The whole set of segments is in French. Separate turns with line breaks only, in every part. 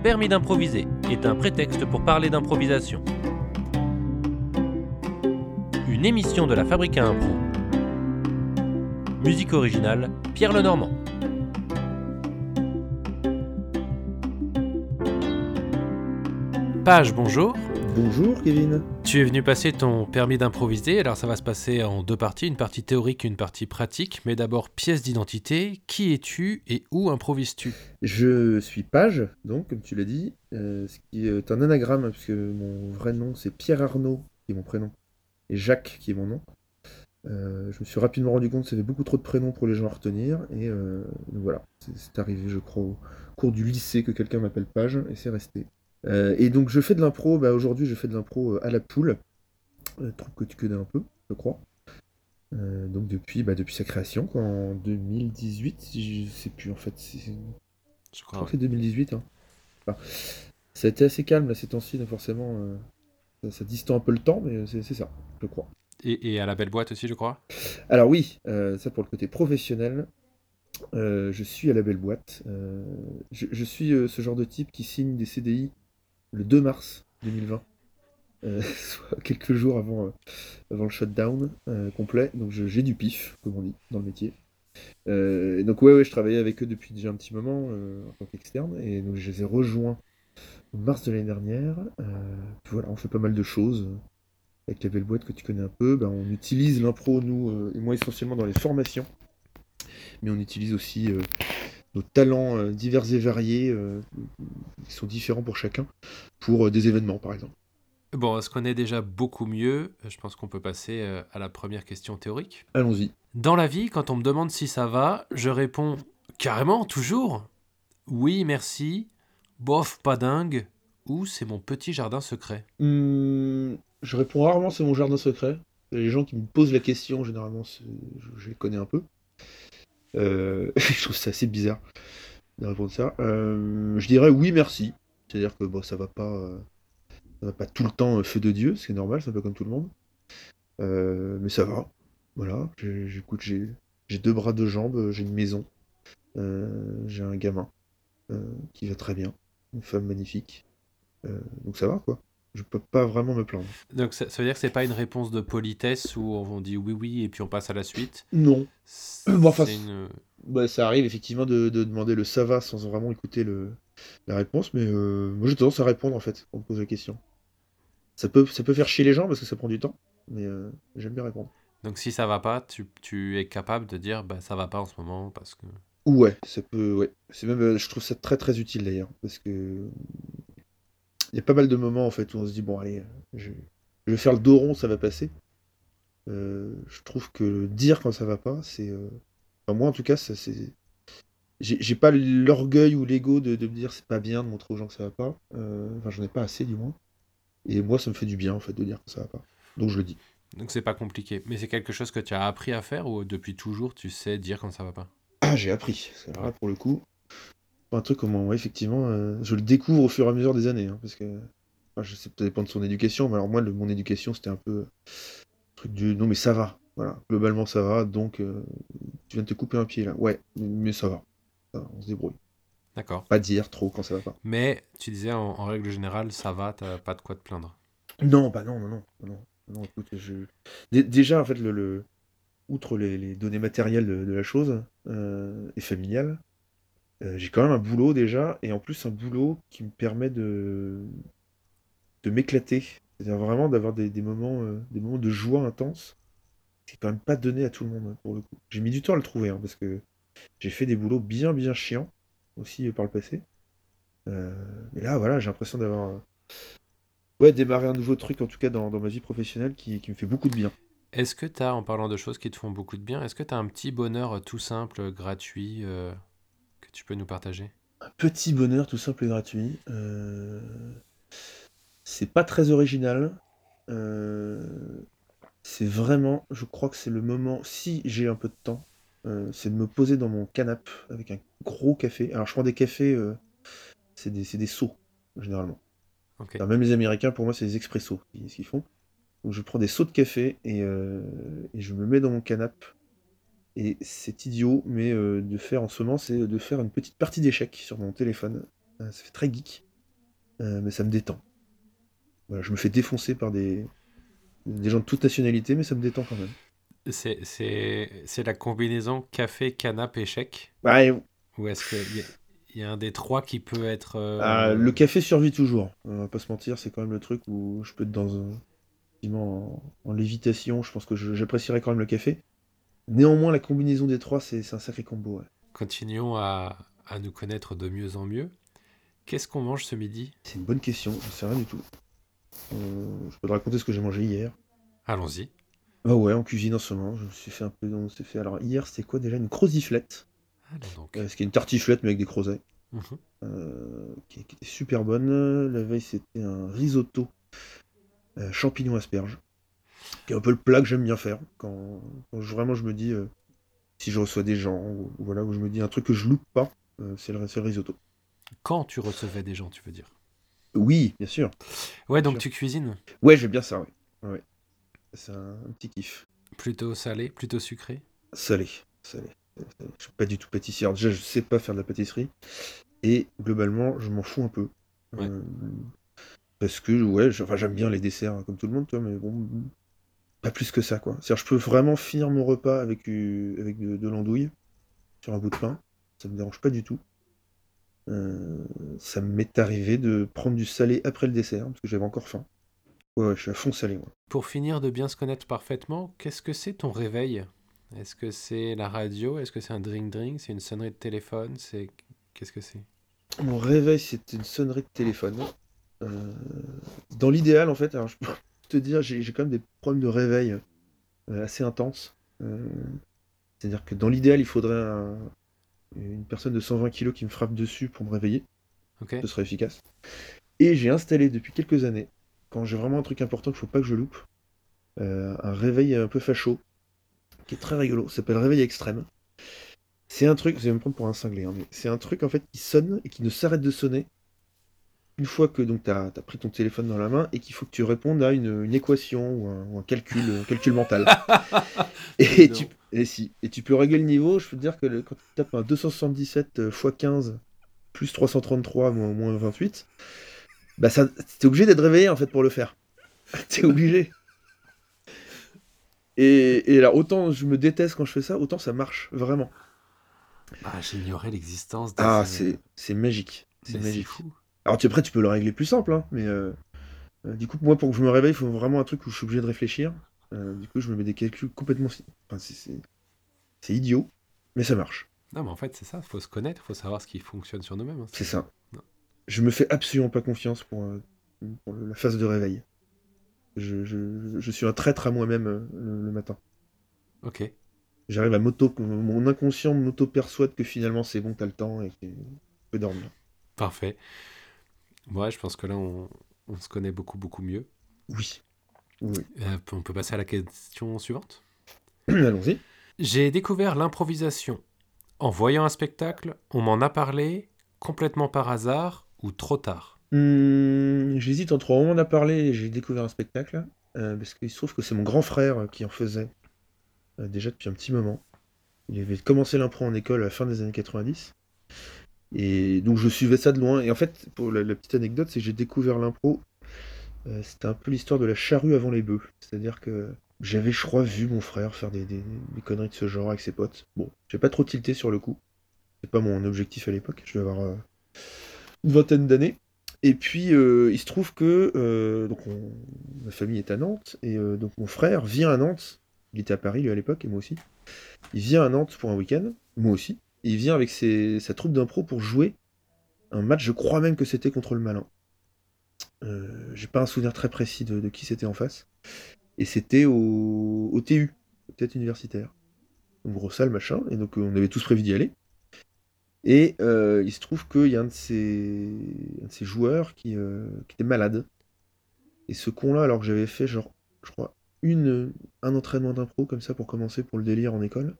permis d'improviser est un prétexte pour parler d'improvisation. Une émission de la Fabrique à Impro. Musique originale, Pierre Lenormand. Page, bonjour.
Bonjour Kevin.
Tu es venu passer ton permis d'improviser, alors ça va se passer en deux parties, une partie théorique et une partie pratique, mais d'abord pièce d'identité, qui es-tu et où improvises-tu ?
Je suis Page, donc comme tu l'as dit, ce qui est un anagramme, puisque mon vrai nom c'est Pierre Arnaud, qui est mon prénom, et Jacques, qui est mon nom. Je me suis rapidement rendu compte que ça avait beaucoup trop de prénoms pour les gens à retenir, et donc voilà, c'est arrivé je crois au cours du lycée que quelqu'un m'appelle Page, et c'est resté. Et donc je fais de l'impro, aujourd'hui je fais de l'impro à la poule, truc que tu connais un peu, je crois. Donc depuis sa création, quoi, en 2018, je sais plus en fait,
Je
je
crois,
crois que
oui.
c'est 2018. Hein. Enfin, ça a été assez calme là ces temps-ci, donc forcément ça distend un peu le temps, mais c'est ça, je crois.
Et à la belle boîte aussi, je crois ?
Alors oui, ça pour le côté professionnel, je suis à la belle boîte. Je suis ce genre de type qui signe des CDI le 2 mars 2020. Soit quelques jours avant le shutdown complet, donc j'ai du pif, comme on dit, dans le métier. Et donc ouais, je travaillais avec eux depuis déjà un petit moment en tant qu'externe, et donc je les ai rejoints en mars de l'année dernière. Puis voilà, on fait pas mal de choses avec la belle boîte que tu connais un peu. On utilise l'impro, nous, et moi essentiellement dans les formations, mais on utilise aussi nos talents divers et variés, qui sont différents pour chacun, pour des événements par exemple.
Bon, on se connaît déjà beaucoup mieux, je pense qu'on peut passer à la première question théorique.
Allons-y.
Dans la vie, quand on me demande si ça va, je réponds carrément, toujours. Oui, merci. Bof, pas dingue. Ou c'est mon petit jardin secret.
Je réponds rarement, c'est mon jardin secret. Les gens qui me posent la question, généralement, je les connais un peu. Je trouve ça assez bizarre de répondre ça. Je dirais oui, merci. C'est-à-dire que bon, ça va pas tout le temps feu de Dieu, c'est normal, c'est un peu comme tout le monde. Mais ça va. Voilà. J'écoute, j'ai deux bras, deux jambes, j'ai une maison, j'ai un gamin qui va très bien, une femme magnifique. Donc ça va quoi. Je peux pas vraiment me plaindre.
Donc ça veut dire que c'est pas une réponse de politesse où on dit oui, oui et puis on passe à la suite.
Non. Bon, enfin,
C'est une...
ça arrive effectivement de demander le ça va sans vraiment écouter la réponse, mais moi j'ai tendance à répondre en fait quand on me pose la question. Ça peut faire chier les gens parce que ça prend du temps, mais j'aime bien répondre.
Donc si ça va pas, tu es capable de dire bah ça va pas en ce moment parce que...
Ouais, ça peut, ouais. C'est même, je trouve ça très très utile d'ailleurs, parce que il y a pas mal de moments en fait où on se dit bon allez, je vais faire le dos rond, ça va passer. Je trouve que dire quand ça va pas, enfin, moi en tout cas, ça c'est, j'ai pas l'orgueil ou l'ego de me dire c'est pas bien de montrer aux gens que ça va pas. Enfin, j'en ai pas assez du moins. Et moi, ça me fait du bien en fait de dire que ça va pas. Donc je le dis.
Donc c'est pas compliqué. Mais c'est quelque chose que tu as appris à faire ou depuis toujours tu sais dire quand ça va pas ?
Ah, j'ai appris. Alors là, pour le coup, un truc comment, ouais, effectivement, je le découvre au fur et à mesure des années, hein, parce que, enfin, je sais, ça dépend de son éducation, mais alors moi, mon éducation, c'était un peu truc du, non mais ça va, voilà, globalement ça va, donc tu viens de te couper un pied là, ouais, mais ça va, on se débrouille.
D'accord.
Pas dire trop quand ça va pas.
Mais tu disais en règle générale ça va, t'as pas de quoi te plaindre.
Non, bah non, non, non, non, non, non, écoute, déjà en fait outre les données matérielles de la chose et familiales. J'ai quand même un boulot déjà, et en plus un boulot qui me permet de m'éclater. C'est-à-dire vraiment d'avoir des moments de joie intense. C'est quand même pas donné à tout le monde, hein, pour le coup. J'ai mis du temps à le trouver, hein, parce que j'ai fait des boulots bien bien chiants aussi par le passé. Euh, mais là, voilà, j'ai l'impression d'avoir ouais, démarré un nouveau truc, en tout cas dans ma vie professionnelle, qui me fait beaucoup de bien.
Est-ce que t'as, en parlant de choses qui te font beaucoup de bien, est-ce que t'as un petit bonheur tout simple, gratuit, que tu peux nous partager ?
Un petit bonheur tout simple et gratuit. C'est pas très original. Euh, C'est vraiment, je crois que c'est le moment, si j'ai un peu de temps, c'est de me poser dans mon canapé avec un gros café. Alors je prends des cafés, c'est des seaux, généralement.
Ok.
Alors, même les Américains, pour moi, c'est des expressos, ce qu'ils font. Donc je prends des seaux de café et je me mets dans mon canapé. Et c'est idiot, mais de faire en ce moment, c'est de faire une petite partie d'échecs sur mon téléphone. Ça fait très geek. mais ça me détend. Voilà, je me fais défoncer par des gens de toute nationalité, mais ça me détend quand même.
C'est la combinaison café, canapé, échec?
Bah,
Ou est-ce qu'il y a un des trois qui peut être...
le café survit toujours. On va pas se mentir, c'est quand même le truc où je peux être effectivement, en lévitation. Je pense que j'apprécierais quand même le café. Néanmoins, la combinaison des trois, c'est un sacré combo. Ouais.
Continuons à nous connaître de mieux en mieux. Qu'est-ce qu'on mange ce midi?
C'est une bonne question, je sais rien du tout. Je peux te raconter ce que j'ai mangé hier.
Allons-y.
Ah ouais, en cuisine en ce moment, je me suis fait un peu. On s'est fait. Alors hier, c'était quoi déjà? Une croziflette.
Allons donc.
Ce qui est une tartiflette, mais avec des crozets.
Mhm.
Qui était super bonne. La veille, c'était un risotto champignons asperges. Qui est un peu le plat que j'aime bien faire. Vraiment je me dis, si je reçois des gens, ou voilà, où je me dis un truc que je loupe pas, c'est le risotto.
Quand tu recevais des gens, tu veux dire?
Oui, bien sûr,
Ouais,
bien
donc
sûr.
tu cuisines
Ouais, j'aime bien ça, ouais. Ouais, c'est un petit kiff.
plutôt salé, plutôt sucré?
Salé, salé. Je suis pas du tout pâtissier. Alors déjà, je sais pas faire de la pâtisserie. Et globalement, je m'en fous un peu.
Ouais.
Euh, Parce que, ouais, enfin, j'aime bien les desserts, hein, comme tout le monde, toi, mais bon, pas plus que ça, quoi. C'est-à-dire, je peux vraiment finir mon repas avec de l'andouille sur un bout de pain. Ça me dérange pas du tout. Euh, Ça m'est arrivé de prendre du salé après le dessert, parce que j'avais encore faim. Ouais, ouais, je suis à fond salé, moi.
Pour finir de bien se connaître parfaitement, qu'est-ce que c'est ton réveil? Est-ce que c'est la radio? Est-ce que c'est un drink-drink? C'est une sonnerie de téléphone? C'est... Qu'est-ce que c'est?
Mon réveil, c'était une sonnerie de téléphone. Euh, Dans l'idéal, en fait, alors je peux te dire, j'ai quand même des problèmes de réveil assez intenses. Euh, C'est-à-dire que dans l'idéal, il faudrait une personne de 120 kilos qui me frappe dessus pour me réveiller.
Ok?
Ce serait efficace. Et j'ai installé depuis quelques années, quand j'ai vraiment un truc important qu'il faut pas que je loupe, un réveil un peu facho, qui est très rigolo. Ça s'appelle réveil extrême. C'est un truc, vous allez me prendre pour un cinglé, hein, mais c'est un truc en fait qui sonne et qui ne s'arrête de sonner une fois que donc t'as pris ton téléphone dans la main et qu'il faut que tu répondes à une équation ou un calcul mental.
Mais
Et
non.
tu peux régler le niveau. Je peux te dire que quand tu tapes un 277 x 15 plus 333 moins 28, bah ça, t'es obligé d'être réveillé en fait pour le faire. T'es obligé. Et là, autant je me déteste quand je fais ça, autant ça marche vraiment.
Ah, j'ignorais l'existence de
Ah,
ce...
c'est magique. C'est
Mais c'est
magique.
fou.
Alors après, tu peux le régler plus simple, hein, mais du coup, moi, pour que je me réveille, il faut vraiment un truc où je suis obligé de réfléchir. Du coup, je me mets des calculs complètement. Enfin, c'est idiot, mais ça marche.
Non, mais en fait, c'est ça. Faut se connaître, faut savoir ce qui fonctionne sur nous-mêmes, hein.
C'est
C'est...
ça.
Non.
Je me fais absolument pas confiance pour la phase de réveil. Je suis un traître à moi-même le matin.
Ok,
J'arrive mon inconscient m'auto-persuade que finalement c'est bon, t'as le temps et que tu peux dormir.
parfait. Ouais, je pense que là, on se connaît beaucoup, beaucoup mieux.
Oui, oui.
On peut passer à la question suivante.
Allons-y.
J'ai découvert l'improvisation. En voyant un spectacle, on m'en a parlé complètement par hasard ou trop tard.
J'hésite entre on en a parlé et j'ai découvert un spectacle. Parce qu'il se trouve que c'est mon grand frère qui en faisait déjà depuis un petit moment. Il avait commencé l'impro en école à la fin des années 90. Et donc je suivais ça de loin. Et en fait, pour la petite anecdote, c'est que j'ai découvert l'impro. C'était un peu l'histoire de la charrue avant les bœufs. C'est-à-dire que j'avais, je crois, vu mon frère faire des conneries de ce genre avec ses potes. Bon, j'ai pas trop tilté sur le coup. C'est pas mon objectif à l'époque. Je devais avoir une vingtaine d'années. Et puis, il se trouve que ma famille est à Nantes. Et donc mon frère vient à Nantes. Il était à Paris, lui, à l'époque, et moi aussi. Il vient à Nantes pour un week-end. Moi aussi. Et il vient avec sa troupe d'impro pour jouer un match, je crois même que c'était contre le Malin. J'ai pas un souvenir très précis de qui c'était en face. Et c'était au TU, tête universitaire. Donc grosse salle, machin. Et donc on avait tous prévu d'y aller. Et il se trouve qu'il y a un de ces joueurs qui était malade. Et ce con-là, alors que j'avais fait genre, je crois, un entraînement d'impro comme ça pour commencer pour le délire en école,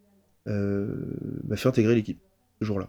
m'a fait intégrer l'équipe ce jour-là.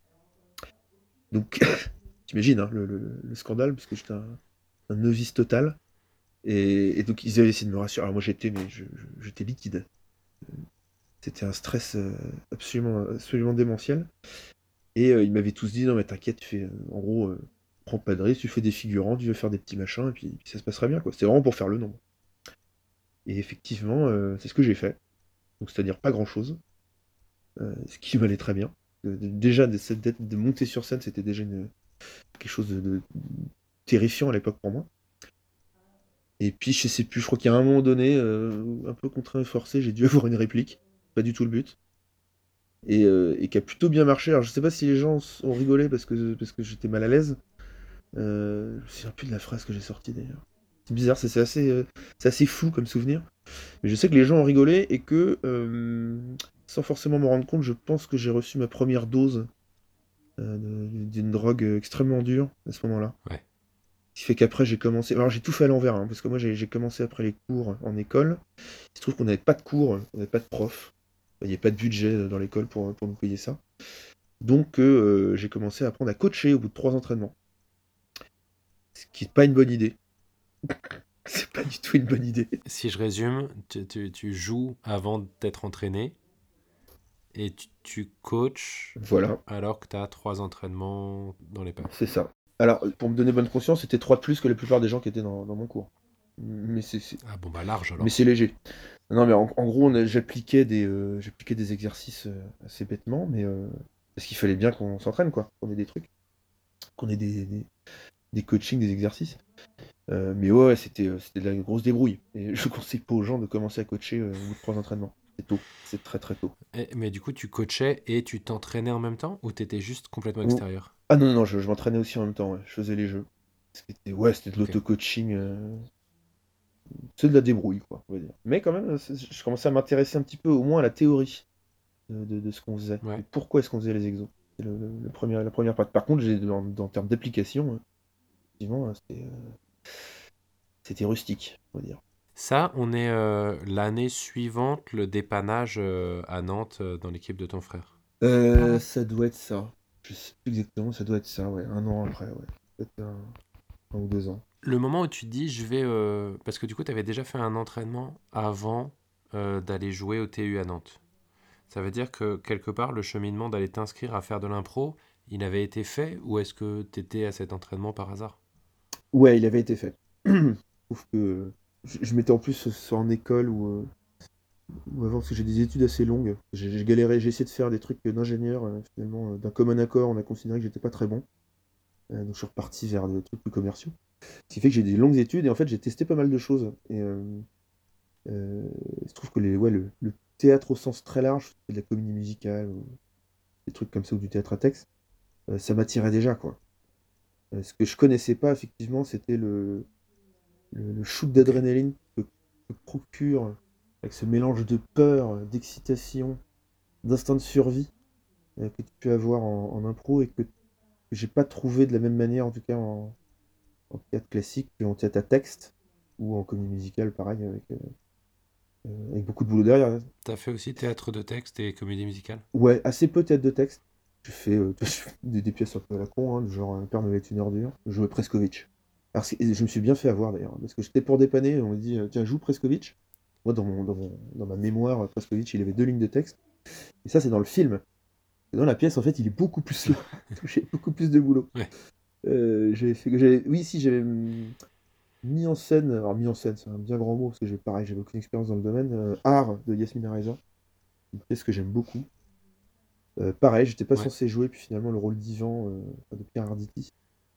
Donc t'imagines hein, le scandale, parce que j'étais un novice total. Et donc ils avaient essayé de me rassurer. Alors moi j'étais liquide. C'était un stress absolument, absolument démentiel. Et ils m'avaient tous dit, non mais t'inquiète, en gros, prends pas de risque, tu fais des figurants, tu veux faire des petits machins, et puis ça se passera bien, quoi. C'est vraiment pour faire le nombre. Et effectivement, c'est ce que j'ai fait. Donc, c'est-à-dire pas grand-chose, ce qui m'allait très bien. Déjà, de monter sur scène, c'était déjà quelque chose de terrifiant à l'époque pour moi. Et puis, je sais plus, je crois qu'il y a un moment donné, un peu contraint et forcé, j'ai dû avoir une réplique. Pas du tout le but. Et qui a plutôt bien marché. Alors, je sais pas si les gens ont rigolé parce que j'étais mal à l'aise. Je me souviens plus de la phrase que j'ai sortie d'ailleurs. C'est bizarre, c'est assez flou comme souvenir. Mais je sais que les gens ont rigolé et que, sans forcément m'en rendre compte, je pense que j'ai reçu ma première dose d'une drogue extrêmement dure à ce moment-là.
Ouais.
Ce qui fait qu'après, j'ai commencé. Alors, j'ai tout fait à l'envers, hein, parce que moi, j'ai commencé après les cours en école. Il se trouve qu'on n'avait pas de cours, on n'avait pas de prof. Il n'y avait pas de budget dans l'école pour nous payer ça. Donc, j'ai commencé à apprendre à coacher au bout de 3 entraînements. Ce qui n'est pas une bonne idée. C'est pas du tout une bonne idée.
Si je résume, tu joues avant d'être entraîné et tu coaches
Voilà,
alors que tu as 3 entraînements dans les pattes.
c'est ça. Alors, pour me donner bonne conscience, c'était 3 de plus que la plupart des gens qui étaient dans mon cours. Mais
Ah bon, bah large
mais
alors.
c'est léger. Non, mais en gros, j'appliquais des exercices assez bêtement, mais parce qu'il fallait bien qu'on s'entraîne, quoi. Qu'on ait des trucs, qu'on ait des coachings, des exercices. Mais ouais, c'était de la grosse débrouille. Et je conseille pas aux gens de commencer à coacher au bout de 3 entraînements. C'est tôt, c'est très très tôt.
Mais du coup, tu coachais et tu t'entraînais en même temps ou t'étais juste complètement
Ou-
extérieur?
Ah non, non, non, je m'entraînais aussi en même temps, ouais. Je faisais les jeux. C'était de
Ok.
l'auto-coaching. C'est de la débrouille, quoi, on va dire. Mais quand même, je commençais à m'intéresser un petit peu, au moins à la théorie de ce qu'on faisait. Et
Ouais.
pourquoi est-ce qu'on faisait les exos. C'est la première partie. Par contre, en termes d'application, effectivement, c'était rustique, on va dire.
Ça, on est l'année suivante, le dépannage à Nantes dans l'équipe de ton frère.
Ça doit être ça. Je sais plus exactement, ça doit être ça, ouais. 1 an après, ouais. Peut-être un ou 2 ans.
Le moment où tu te dis, je vais... parce que du coup, tu avais déjà fait un entraînement avant d'aller jouer au TU à Nantes. Ça veut dire que quelque part, le cheminement d'aller t'inscrire à faire de l'impro, il avait été fait ou est-ce que tu étais à cet entraînement par hasard?
Ouais, il avait été fait. Je trouve que je m'étais en plus en école ou avant, parce que j'ai des études assez longues. J'ai galéré, j'ai essayé de faire des trucs d'ingénieur. Finalement, d'un commun accord, on a considéré que j'étais pas très bon. Donc je suis reparti vers des trucs plus commerciaux. Ce qui fait que j'ai des longues études et en fait j'ai testé pas mal de choses. Et il se trouve que le théâtre au sens très large, de la comédie musicale, ou des trucs comme ça, ou du théâtre à texte, ça m'attirait déjà, quoi. Ce que je connaissais pas, effectivement, c'était le shoot
Ok.
d'adrénaline que procure, avec ce mélange de peur, d'excitation, d'instinct de survie que tu peux avoir en impro et que j'ai pas trouvé de la même manière, en tout cas en théâtre classique, qu'en théâtre à texte ou en comédie musicale, pareil, avec beaucoup de boulot derrière.
T'as fait aussi théâtre de texte et comédie musicale?
Ouais, assez peu théâtre de texte. Je fais des pièces un peu à la con, hein, du genre Un père Noël est une ordure. Je jouais Preskovitch. Alors, je me suis bien fait avoir d'ailleurs, parce que j'étais pour dépanner, on m'a dit tiens, joue Preskovitch. Moi, dans ma mémoire, Preskovitch, il avait 2 lignes de texte. Et ça, c'est dans le film. Et dans la pièce, en fait, il est beaucoup plus là. Donc, j'ai beaucoup plus de boulot.
Ouais.
Oui, si, j'avais mis en scène, alors mis en scène, c'est un bien grand mot, parce que pareil, j'avais aucune expérience dans le domaine, Art de Yasmina Reza, une pièce que j'aime beaucoup. Pareil, j'étais pas
Ouais.
censé jouer, puis finalement le rôle d'Ivan, de Pierre Arditi,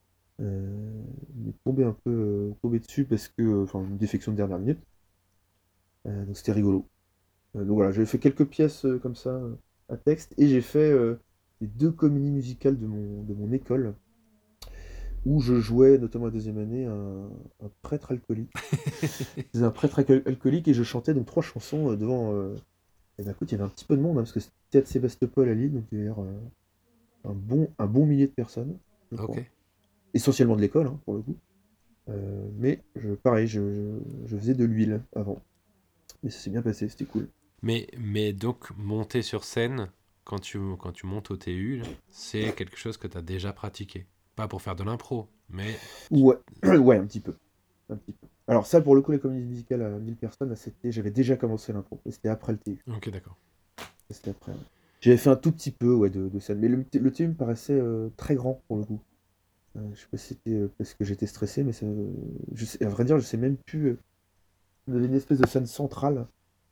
il est tombé un peu tombé dessus parce que, enfin, une défection de dernière minute, donc c'était rigolo. Donc voilà, j'avais fait quelques pièces comme ça à texte, et j'ai fait les 2 comédies musicales de mon école, où je jouais, notamment la deuxième année, un prêtre alcoolique. Je faisais un prêtre alcoolique et je chantais donc 3 chansons devant. Et ben écoute, il y avait un petit peu de monde, hein, parce que c'était Théâtre Sébastopol à Lille, donc il y avait un bon millier de personnes, je
Ok.
crois. Essentiellement de l'école, hein, pour le coup. Mais pareil, je faisais de l'huile avant. Mais ça s'est bien passé, c'était cool.
Mais donc, monter sur scène, quand tu montes au TU, là, c'est quelque chose que tu as déjà pratiqué. Pas pour faire de l'impro, mais...
Ouais, ouais, un petit peu. Un petit peu. Alors ça, pour le coup, les comédies musicales à 1000 personnes, là, j'avais déjà commencé l'impro. Et c'était après le TU.
Ok, d'accord.
C'était après, ouais. J'avais fait un tout petit peu, ouais, de scène. Mais le TU me paraissait très grand, pour le coup. Je sais pas si c'était parce que j'étais stressé, mais à vrai dire, je sais même plus. On avait une espèce de scène centrale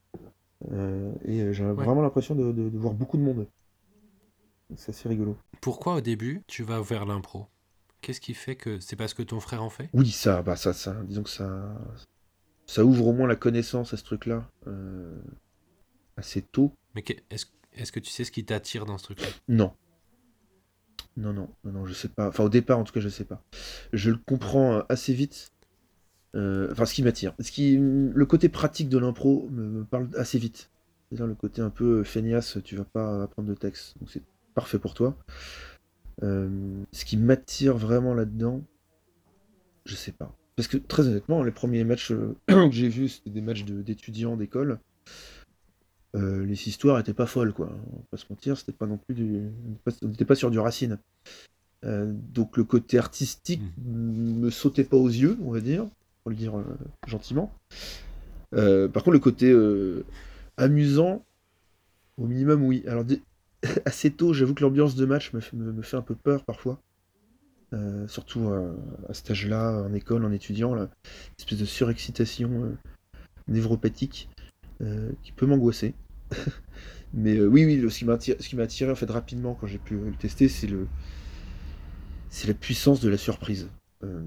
et j'ai
Ouais.
vraiment l'impression de voir beaucoup de monde. C'est assez rigolo.
Pourquoi au début tu vas vers l'impro? Qu'est-ce qui fait que c'est parce que ton frère en fait?
Oui, disons que ça ouvre au moins la connaissance à ce truc-là assez tôt.
Mais est-ce que tu sais ce qui t'attire dans ce truc-là?
Non, non, je sais pas. Enfin, au départ, en tout cas, je sais pas. Je le comprends assez vite. Enfin, ce qui m'attire. Le côté pratique de l'impro me parle assez vite. C'est-à-dire le côté un peu feignasse, tu vas pas apprendre de texte, donc c'est parfait pour toi. Ce qui m'attire vraiment là-dedans, je sais pas. Parce que très honnêtement, les premiers matchs que j'ai vus, c'était des matchs d'étudiants d'école. Les histoires étaient pas folles, quoi. On va pas se mentir, c'était pas non plus on n'était pas sur du Racine. Donc le côté artistique
Mhm.
me sautait pas aux yeux, on va dire, pour le dire gentiment. Par contre, le côté amusant, au minimum, oui. Alors, assez tôt, j'avoue que l'ambiance de match me fait un peu peur parfois. Surtout à cet âge-là, en école, en étudiant, là, une espèce de surexcitation névropathique qui peut m'angoisser. Mais oui, ce qui m'a attiré en fait rapidement quand j'ai pu le tester, c'est la puissance de la surprise. Euh,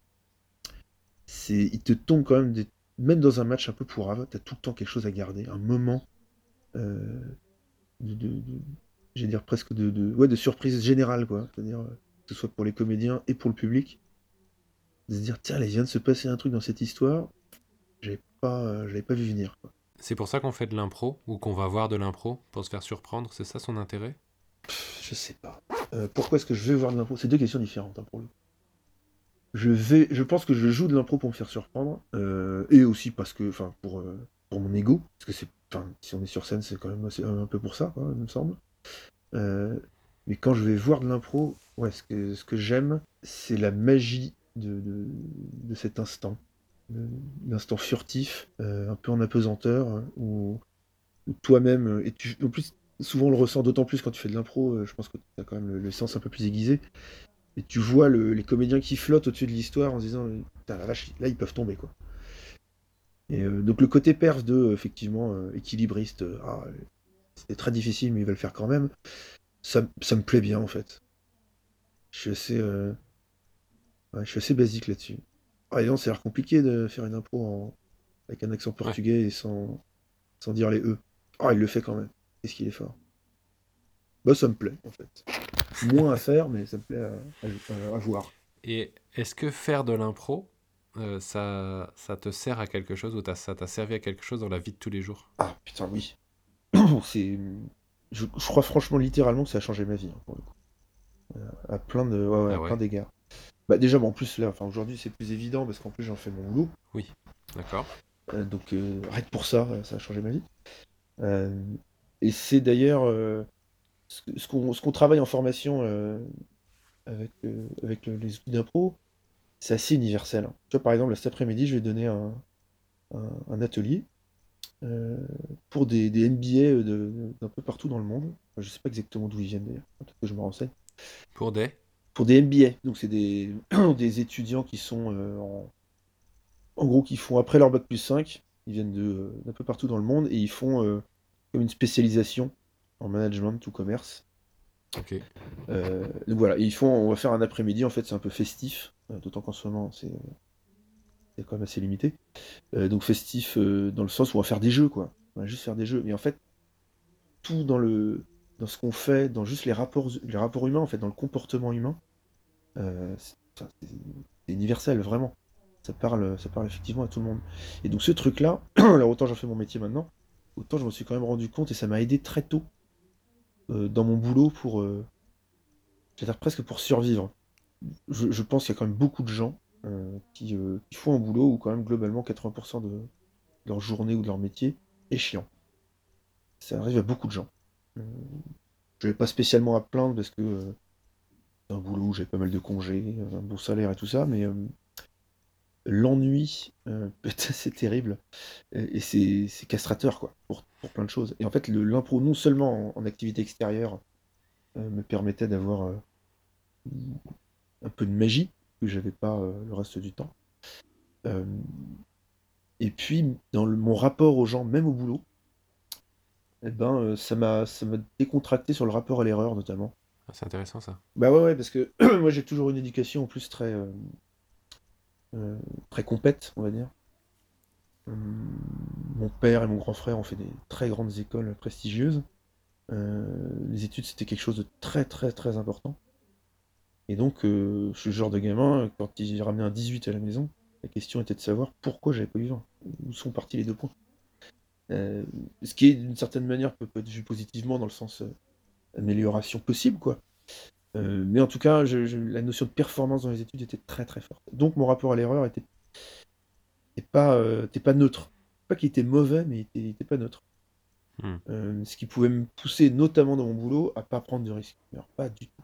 il te tombe quand même, même dans un match un peu pourrave, t'as tout le temps quelque chose à garder, un moment euh, de j'allais dire presque ouais, de surprise générale, quoi. C'est-à-dire que ce soit pour les comédiens et pour le public, de se dire, tiens, il vient de se passer un truc dans cette histoire, je l'avais pas vu venir, quoi.
C'est pour ça qu'on fait de l'impro ou qu'on va voir de l'impro pour se faire surprendre, c'est ça son intérêt?
Je sais pas. Pourquoi est-ce que je vais voir de l'impro? C'est deux questions différentes, hein, pour le coup. Je pense que je joue de l'impro pour me faire surprendre, et aussi parce que, enfin, pour mon ego, parce que enfin, si on est sur scène, c'est quand même un peu pour ça, quoi, il me semble. Euh, mais quand je vais voir de l'impro, ouais, ce que j'aime, c'est la magie de cet instant. L'instant furtif, un peu en apesanteur, où toi-même, en plus, souvent on le ressent d'autant plus quand tu fais de l'impro, je pense que tu as quand même le sens un peu plus aiguisé, et tu vois les comédiens qui flottent au-dessus de l'histoire en se disant, putain, la vache, là ils peuvent tomber, quoi. Et donc le côté perf effectivement, équilibriste, c'était très difficile, mais ils veulent le faire quand même, ça me plaît bien en fait. Je suis assez, ouais, je suis assez basique là-dessus. Par exemple, ça a l'air compliqué de faire une impro avec un accent
Ouais.
portugais et sans dire les E. Ah, il le fait quand même. Qu'est-ce qu'il est fort. Bah, ça me plaît, en fait. Moins à faire, mais ça me plaît à voir.
Et est-ce que faire de l'impro, ça te sert à quelque chose ou ça t'a servi à quelque chose dans la vie de tous les jours?
Ah, putain, oui. C'est... je crois franchement, littéralement, que ça a changé ma vie, hein, pour le coup. Ouais, ouais, à
Ah
plein
ouais?
d'égards. Bah, déjà, bon, en plus, là, enfin, aujourd'hui, c'est plus évident parce qu'en plus, j'en fais mon boulot.
Oui. D'accord.
Donc, rien que pour ça, ça a changé ma vie. Euh, et c'est d'ailleurs ce qu'on travaille en formation avec les outils d'impro, c'est assez universel, hein. Tu vois, par exemple, cet après-midi, je vais donner un atelier euh, pour des MBA d'un peu partout dans le monde. Enfin, je sais pas exactement d'où ils viennent d'ailleurs, peut-être que je me renseigne.
Pour des?
Pour des MBA, donc c'est des étudiants qui sont en gros qui font après leur bac plus 5, ils viennent d'un peu partout dans le monde et ils font comme une spécialisation en management ou commerce.
Ok.
Donc voilà, on va faire un après-midi, en fait c'est un peu festif, d'autant qu'en ce moment c'est quand même assez limité. Donc festif dans le sens où on va faire des jeux, quoi. On va juste faire des jeux. Et en fait, tout dans ce qu'on fait, dans juste les rapports humains, en fait, dans le comportement humain, c'est universel, vraiment. Ça parle effectivement à tout le monde. Et donc ce truc-là, alors autant j'en fais mon métier maintenant, autant je m'en suis quand même rendu compte et ça m'a aidé très tôt dans mon boulot j'allais dire presque pour survivre. Je pense qu'il y a quand même beaucoup de gens qui font un boulot où quand même globalement 80% de leur journée ou de leur métier est chiant. Ça arrive à beaucoup de gens. Euh, je vais pas spécialement à plaindre parce que c'est un boulot où j'ai pas mal de congés, un bon salaire et tout ça, mais l'ennui peut être assez terrible et c'est castrateur quoi pour plein de choses. Et en fait, l'impro non seulement en activité extérieure me permettait d'avoir un peu de magie que j'avais pas le reste du temps. Euh, et puis, dans mon rapport aux gens, même au boulot, eh ben, ça m'a décontracté sur le rapport à l'erreur, notamment.
Ah, c'est intéressant ça.
Bah ouais, ouais, parce que moi j'ai toujours une éducation en plus euh, très compète, on va dire. Mon père et mon grand frère ont fait des très grandes écoles prestigieuses. Les études, c'était quelque chose de très très très important. Et donc, je suis le genre de gamin, quand il ramenait un 18 à la maison, la question était de savoir pourquoi j'avais pas eu 20. Où sont partis les 2 points? Euh, Ce qui, d'une certaine manière, peut être vu positivement dans le sens amélioration possible, quoi. Mais en tout cas, la notion de performance dans les études était très très forte. Donc, mon rapport à l'erreur était pas neutre. Pas qu'il était mauvais, mais il était pas neutre.
Hmm.
Ce qui pouvait me pousser, notamment dans mon boulot, à pas prendre de risques. Alors, pas du tout.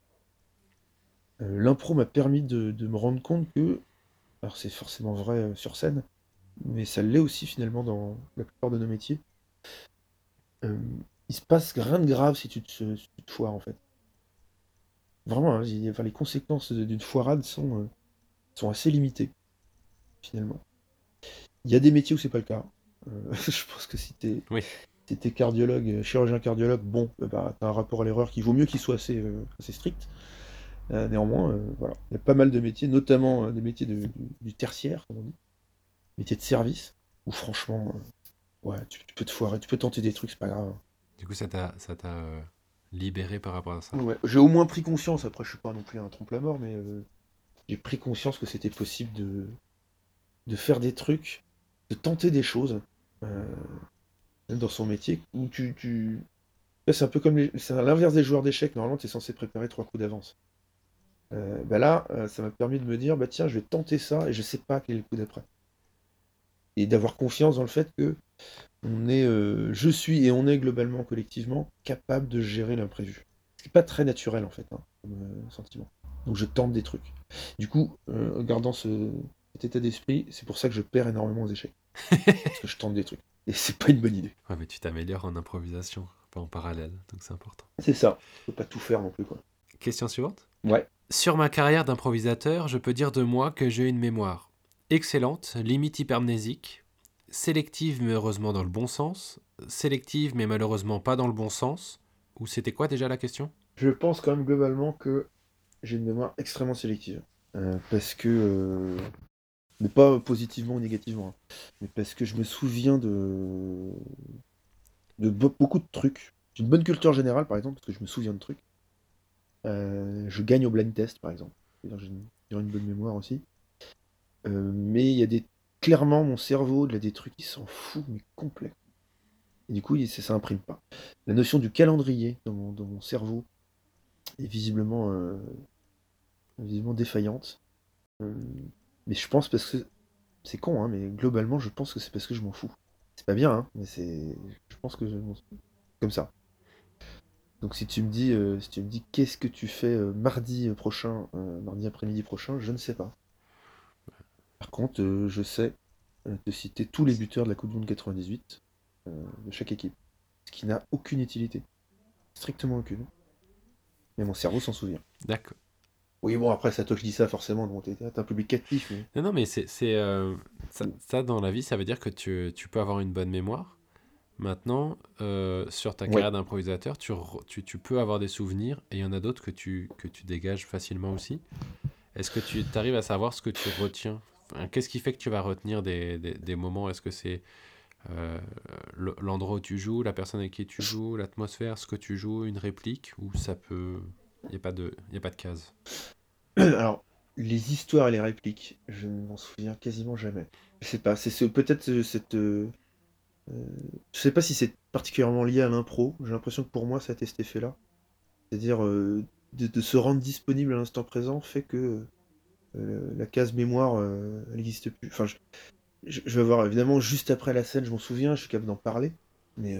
L'impro m'a permis de me rendre compte que, alors c'est forcément vrai sur scène, mais ça l'est aussi finalement dans la plupart de nos métiers. Euh, il se passe rien de grave si tu te foires en fait. Vraiment, hein, enfin, les conséquences d'une foirade sont assez limitées finalement. Il y a des métiers où c'est pas le cas. Je pense que si
Oui.
t'es cardiologue, chirurgien cardiologue, bon, bah, t'as un rapport à l'erreur qui vaut mieux qu'il soit assez strict. Néanmoins, voilà. Il y a pas mal de métiers, notamment des métiers du tertiaire, comme on dit, métiers de service, où franchement, ouais, tu peux te foirer, tu peux tenter des trucs, c'est pas grave.
Du coup, ça t'a libéré par rapport à ça.
Ouais, j'ai au moins pris conscience, après je suis pas non plus un trompe-la-mort, mais j'ai pris conscience que c'était possible de faire des trucs, de tenter des choses, euh, même dans son métier, où là, c'est un peu comme c'est à l'inverse des joueurs d'échecs, normalement tu es censé préparer 3 coups d'avance. Bah là, ça m'a permis de me dire, bah tiens, je vais tenter ça et je sais pas quel est le coup d'après. Et d'avoir confiance dans le fait que je suis et on est globalement, collectivement, capable de gérer l'imprévu. Ce qui n'est pas très naturel en fait, hein, comme sentiment. Donc je tente des trucs. Du coup, en gardant cet état d'esprit, c'est pour ça que je perds énormément aux échecs. Parce que je tente des trucs. Et c'est pas une bonne idée.
Ouais, mais tu t'améliores en improvisation, pas en parallèle, donc c'est important.
C'est ça. Faut pas tout faire non plus, quoi.
Question suivante.
Ouais.
Sur ma carrière d'improvisateur, je peux dire de moi que j'ai une mémoire excellente, limite hypermnésique, sélective mais heureusement dans le bon sens, sélective mais malheureusement pas dans le bon sens. Ou c'était quoi déjà la question?
Je pense quand même globalement que j'ai une mémoire extrêmement sélective. Parce que mais pas positivement ou négativement, hein. Mais parce que je me souviens de beaucoup de trucs. J'ai une bonne culture générale, par exemple, parce que je me souviens de trucs. Je gagne au blind test, par exemple. C'est-à-dire que j'ai une bonne mémoire aussi. Mais il y a clairement, mon cerveau, il a des trucs qui s'en fout, mais complet. Et du coup, ça imprime pas. La notion du calendrier dans mon cerveau est visiblement défaillante. Euh, mais je pense parce que c'est con, hein, mais globalement, je pense que c'est parce que je m'en fous. C'est pas bien, hein, mais je pense que comme ça. Donc si tu me dis qu'est-ce que tu fais mardi prochain, mardi après-midi prochain, je ne sais pas. Par contre, je sais te citer tous les buteurs de la Coupe du Monde 98 de chaque équipe, ce qui n'a aucune utilité, strictement aucune. Mais mon cerveau s'en souvient.
D'accord.
Oui, bon, après, c'est à toi que je dis ça, forcément, donc t'es un public captif, mais...
Non, non, mais ça, dans la vie, ça veut dire que tu peux avoir une bonne mémoire. Maintenant, sur ta
Ouais.
carrière d'improvisateur, tu peux avoir des souvenirs et il y en a d'autres que tu dégages facilement aussi. Est-ce que tu arrives à savoir ce que tu retiens? Enfin, qu'est-ce qui fait que tu vas retenir des moments? Est-ce que c'est l'endroit où tu joues, la personne avec qui tu joues, l'atmosphère, ce que tu joues, une réplique? Ou ça peut... Il n'y a pas de case.
Alors, les histoires et les répliques, je ne m'en souviens quasiment jamais. Je sais pas, peut-être cette... euh, je sais pas si c'est particulièrement lié à l'impro, j'ai l'impression que pour moi, ça a été cet effet-là. C'est-à-dire, de se rendre disponible à l'instant présent fait que la case mémoire, elle n'existe plus. Enfin, je vais voir, évidemment, juste après la scène, je m'en souviens, je suis capable d'en parler, mais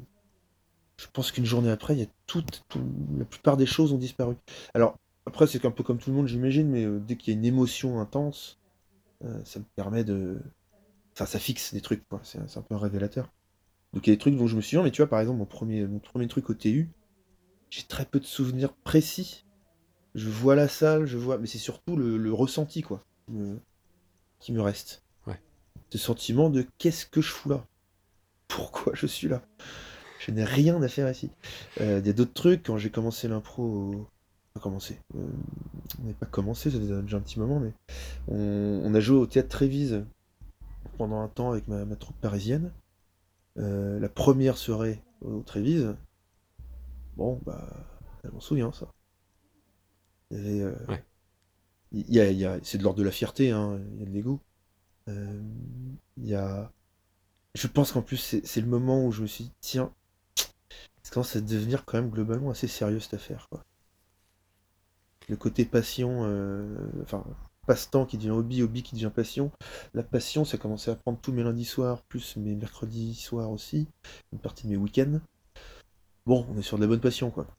je pense qu'une journée après, il y a la plupart des choses ont disparu. Alors, après, c'est un peu comme tout le monde, j'imagine, mais dès qu'il y a une émotion intense, ça me permet de... Enfin, ça fixe des trucs, quoi. C'est un peu un révélateur. Donc, il y a des trucs dont je me souviens, mais tu vois, par exemple, mon premier truc au TU, j'ai très peu de souvenirs précis. je vois la salle, mais c'est surtout le ressenti, quoi, qui me reste.
Ouais.
Ce sentiment de qu'est-ce que je fous là? Pourquoi je suis là? Je n'ai rien à faire ici. Il y a d'autres trucs, quand j'ai commencé l'impro. Pas commencé. On n'avait pas commencé, ça faisait déjà un petit moment, mais on a joué au théâtre Trévise pendant un temps avec ma troupe parisienne. La première soirée au Trévise, bon, bah, je m'en souviens, ça. Il y avait.
Ouais.
C'est de l'ordre de la fierté, hein, il y a de l'ego. Euh, Il y a. Je pense qu'en plus, c'est le moment où je me suis dit, tiens, ça commence à devenir quand même globalement assez sérieux cette affaire, quoi. Le côté passion, enfin, passe-temps qui devient hobby, hobby qui devient passion. La passion, ça commençait à prendre tous mes lundis soirs, plus mes mercredis soirs aussi, une partie de mes week-ends. Bon, on est sur de la bonne passion, quoi.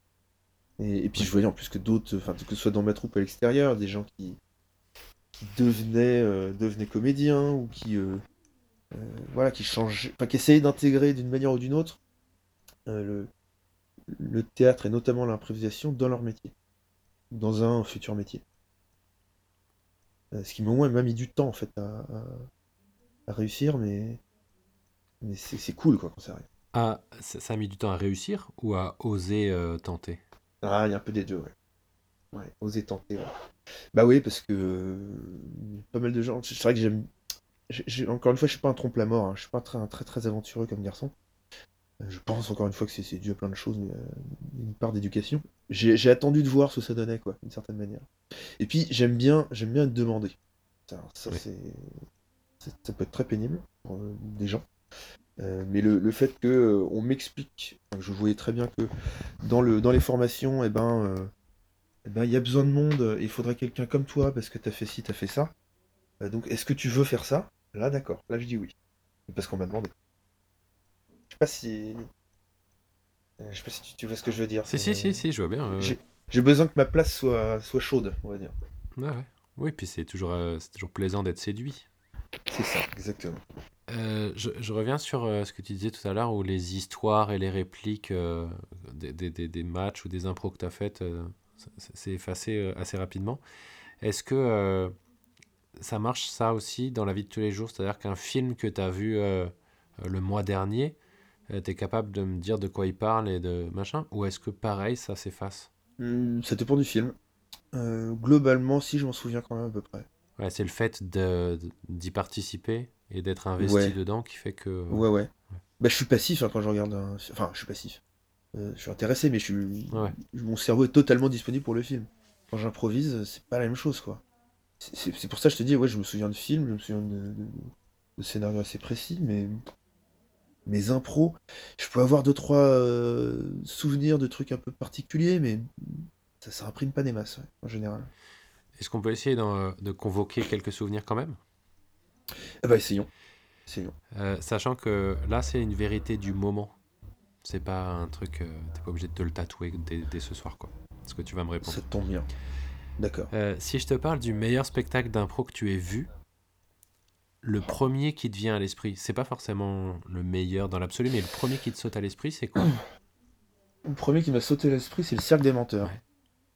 Et puis
Ouais.
je voyais en plus que d'autres, enfin, que ce soit dans ma troupe à l'extérieur, des gens qui devenaient comédiens ou voilà, qui changeaient, enfin, qui essayaient d'intégrer d'une manière ou d'une autre euh, le théâtre et notamment l'improvisation dans leur métier, dans un futur métier. Ce qui, moi, m'a mis du temps en fait à réussir, mais c'est cool quoi quand ça arrive.
Ah, ça a mis du temps à réussir ou à oser tenter?
Ah, il y a un peu des deux, ouais. Ouais, oser tenter, ouais. Bah oui, parce que pas mal de gens. C'est vrai que encore une fois, je suis pas un trompe-la-mort, hein. Je suis pas un très très aventureux comme garçon. Je pense encore une fois que c'est dû à plein de choses, mais une part d'éducation. J'ai attendu de voir ce que ça donnait, quoi, d'une certaine manière. Et puis j'aime bien être demandé. Ça,
Ouais.
ça peut être très pénible pour des gens. Mais le fait que on m'explique, enfin, je voyais très bien que dans les formations, il y a besoin de monde, il faudrait quelqu'un comme toi parce que t'as fait ci, t'as fait ça. Donc est-ce que tu veux faire ça? Là, d'accord. Là, je dis oui. Parce qu'on m'a demandé. Je sais pas si, je sais pas si tu vois ce que je veux dire.
Si, si, si, si, je vois bien. Ouais, ouais.
J'ai besoin que ma place soit chaude, on va dire.
Ouais, ouais. Oui, puis c'est toujours plaisant d'être séduit.
C'est ça, exactement.
Je reviens sur ce que tu disais tout à l'heure, où les histoires et les répliques des matchs ou des impros que tu as faites, c'est effacé assez rapidement. Est-ce que ça marche ça aussi dans la vie de tous les jours? C'est-à-dire qu'un film que tu as vu le mois dernier, tu es capable de me dire de quoi il parle et de machin? Ou est-ce que pareil, ça s'efface?
Ça dépend du film. Globalement, si je m'en souviens quand même à peu près.
Ouais, c'est le fait d'y participer et d'être investi
Ouais,
dedans qui fait que...
ouais. Bah, je suis passif hein, quand je regarde un. Enfin, je suis passif. Je suis intéressé, mais
Ouais.
mon cerveau est totalement disponible pour le film. Quand j'improvise, c'est pas la même chose, quoi. C'est pour ça que je te dis, ouais, je me souviens de films, je me souviens de scénarios assez précis, mais mes impros, je peux avoir deux, trois souvenirs de trucs un peu particuliers, mais ça imprime pas des masses, ouais, en général.
Est-ce qu'on peut essayer de convoquer quelques souvenirs quand même?
Ah bah, essayons. Essayons.
Sachant que là, c'est une vérité du moment. C'est pas un truc, t'es pas obligé de te le tatouer dès ce soir, quoi. Ce que tu vas me
Ça
répondre.
tombe bien. D'accord.
Si je te parle du meilleur spectacle d'impro que tu aies vu, le premier qui te vient à l'esprit, c'est pas forcément le meilleur dans l'absolu, mais le premier qui te saute à l'esprit, c'est quoi?
Le premier qui m'a sauté à l'esprit, c'est le Cercle des Menteurs.
Ouais.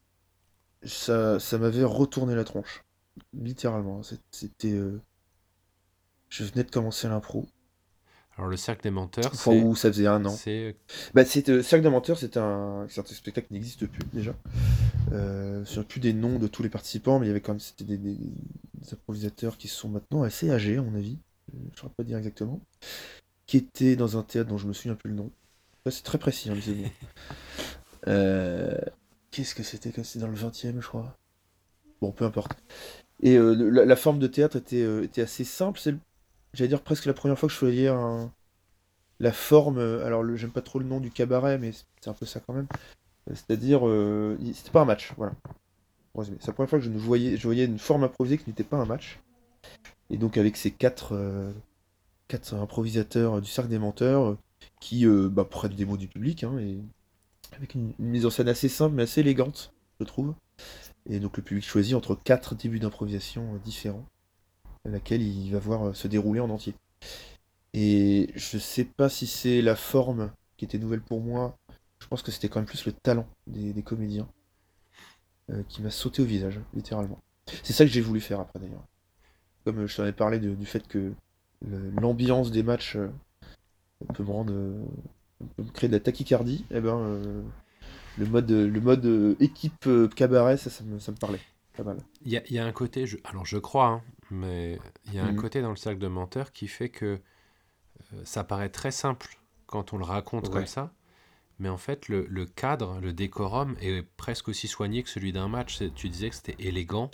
Ça m'avait retourné la tronche. Littéralement. C'était. Je venais de commencer l'impro.
Alors, le cercle des menteurs,
Enfin, où ça faisait un an.
c'est,
Bah, Cercle des Menteurs, c'est un spectacle qui n'existe plus, déjà. Je ne souviens plus des noms de tous les participants, mais il y avait quand même c'était des improvisateurs qui sont maintenant assez âgés, à mon avis. Je ne saurais pas dire exactement. Qui étaient dans un théâtre dont je me souviens plus le nom. Ça, c'est très précis, hein, mais c'est bon. Euh, Qu'est-ce que c'était? C'était dans le 20e, je crois. Bon, peu importe. Et la forme de théâtre était assez simple. J'allais dire presque la première fois que je voyais la forme. Alors, j'aime pas trop le nom du cabaret, mais c'est un peu ça quand même. C'est-à-dire, c'était pas un match, voilà. Pour résumer. C'est la première fois que je voyais une forme improvisée qui n'était pas un match. Et donc avec ces quatre improvisateurs du Cercle des Menteurs qui prennent des mots du public, hein, et avec une mise en scène assez simple mais assez élégante, je trouve. Et donc le public choisit entre quatre débuts d'improvisation différents, laquelle il va voir se dérouler en entier. Et je sais pas si c'est la forme qui était nouvelle pour moi. Je pense que c'était quand même plus le talent des comédiens. qui m'a sauté au visage, littéralement. C'est ça que j'ai voulu faire après d'ailleurs. Comme je t'en ai parlé du fait que l'ambiance des matchs peut me rendre, peut me créer de la tachycardie, et ben le mode équipe cabaret, ça me parlait pas mal.
Il y a un côté, alors je crois, hein, mais il y a un
Mhm.
côté dans le cercle de menteurs qui fait que ça paraît très simple quand on le raconte comme
Ouais,
ça, mais en fait, le cadre, le décorum est presque aussi soigné que celui d'un match. Tu disais que c'était élégant,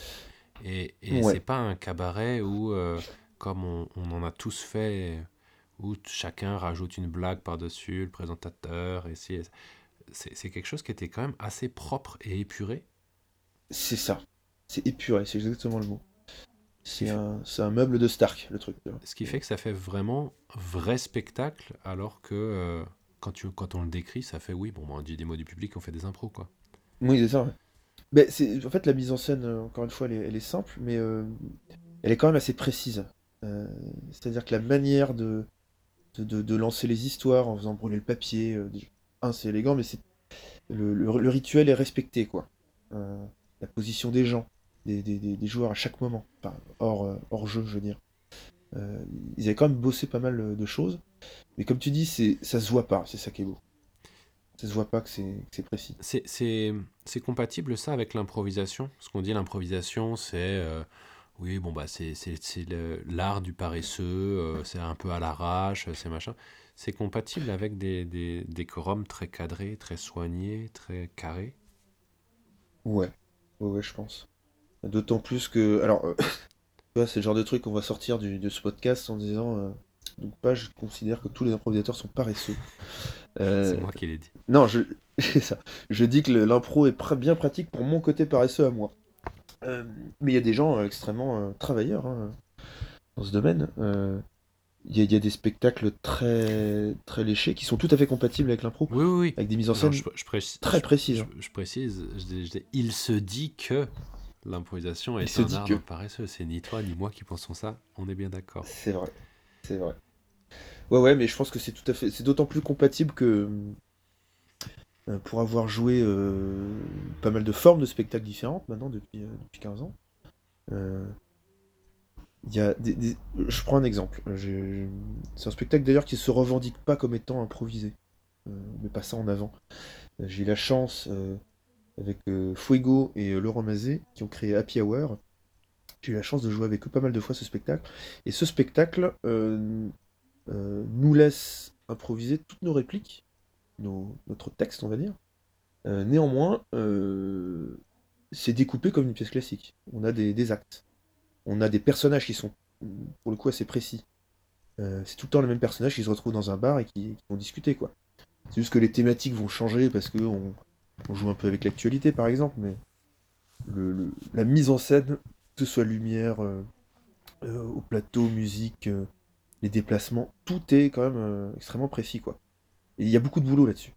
et c'est
ouais,
pas un cabaret où, comme on en a tous fait, où chacun rajoute une blague par-dessus, le présentateur, c'est quelque chose qui était quand même assez propre et épuré,
c'est ça. C'est épuré, c'est exactement le mot.
ce qui
C'est
fait,
un meuble de Stark, le truc. Tu vois.
ce qui fait que ça fait vraiment vrai spectacle, alors que quand on le décrit, ça fait oui, bon, bah, on dit des mots du public, on fait des impros, quoi.
Oui, c'est ça. Ouais. Ben, en fait, la mise en scène, encore une fois, elle est simple, mais elle est quand même assez précise. Euh, C'est-à-dire que la manière de lancer les histoires en faisant brûler le papier, c'est élégant, mais le rituel est respecté, quoi. Euh, la position des gens, des joueurs à chaque moment, enfin, hors jeu, je veux dire. Euh, Ils avaient quand même bossé pas mal de choses, mais comme tu dis, ça se voit pas, c'est ça qui est beau. Ça se voit pas que c'est précis.
C'est compatible ça avec l'improvisation. Ce qu'on dit l'improvisation, c'est oui, bon bah c'est l'art du paresseux, c'est un peu à l'arrache, c'est machin. C'est compatible avec des décorums très cadrés, très soignés, très carrés.
Ouais, ouais, ouais, je pense. D'autant plus que, alors, tu vois, c'est le genre de truc qu'on va sortir de ce podcast en disant, donc pas, je considère que tous les improvisateurs sont paresseux.
C'est
Euh,
moi qui l'ai dit.
non, c'est ça. Je dis que l'impro est bien pratique pour mon côté paresseux à moi. Euh, mais il y a des gens extrêmement travailleurs hein, dans ce domaine. Il y a des spectacles très, très léchés qui sont tout à fait compatibles avec l'impro,
Oui, oui, oui.
avec des mises en
Non,
scène très précises. Hein.
je précise, il se dit que l'improvisation
Il
est
se
un
dit
art d'un
que.
paresseux. C'est ni toi ni moi qui pensons ça, on est bien d'accord.
C'est vrai, c'est vrai. Ouais, ouais, mais je pense que c'est tout à fait, c'est d'autant plus compatible que pour avoir joué pas mal de formes de spectacles différentes maintenant depuis 15 ans. euh, Il y a Je prends un exemple. C'est un spectacle d'ailleurs qui se revendique pas comme étant improvisé. On met pas ça en avant. J'ai eu la chance, avec Fuego et Laurent Mazet, qui ont créé Happy Hour, j'ai eu la chance de jouer avec eux pas mal de fois ce spectacle. Et ce spectacle nous laisse improviser toutes nos répliques, notre texte, on va dire. Néanmoins, c'est découpé comme une pièce classique. On a des actes. On a des personnages qui sont, pour le coup, assez précis. C'est tout le temps les mêmes personnages qui se retrouvent dans un bar et qui vont discuter, quoi. C'est juste que les thématiques vont changer parce on joue un peu avec l'actualité, par exemple, mais la mise en scène, que ce soit lumière, au plateau, musique, les déplacements, tout est quand même extrêmement précis, quoi. Et il y a beaucoup de boulot là-dessus.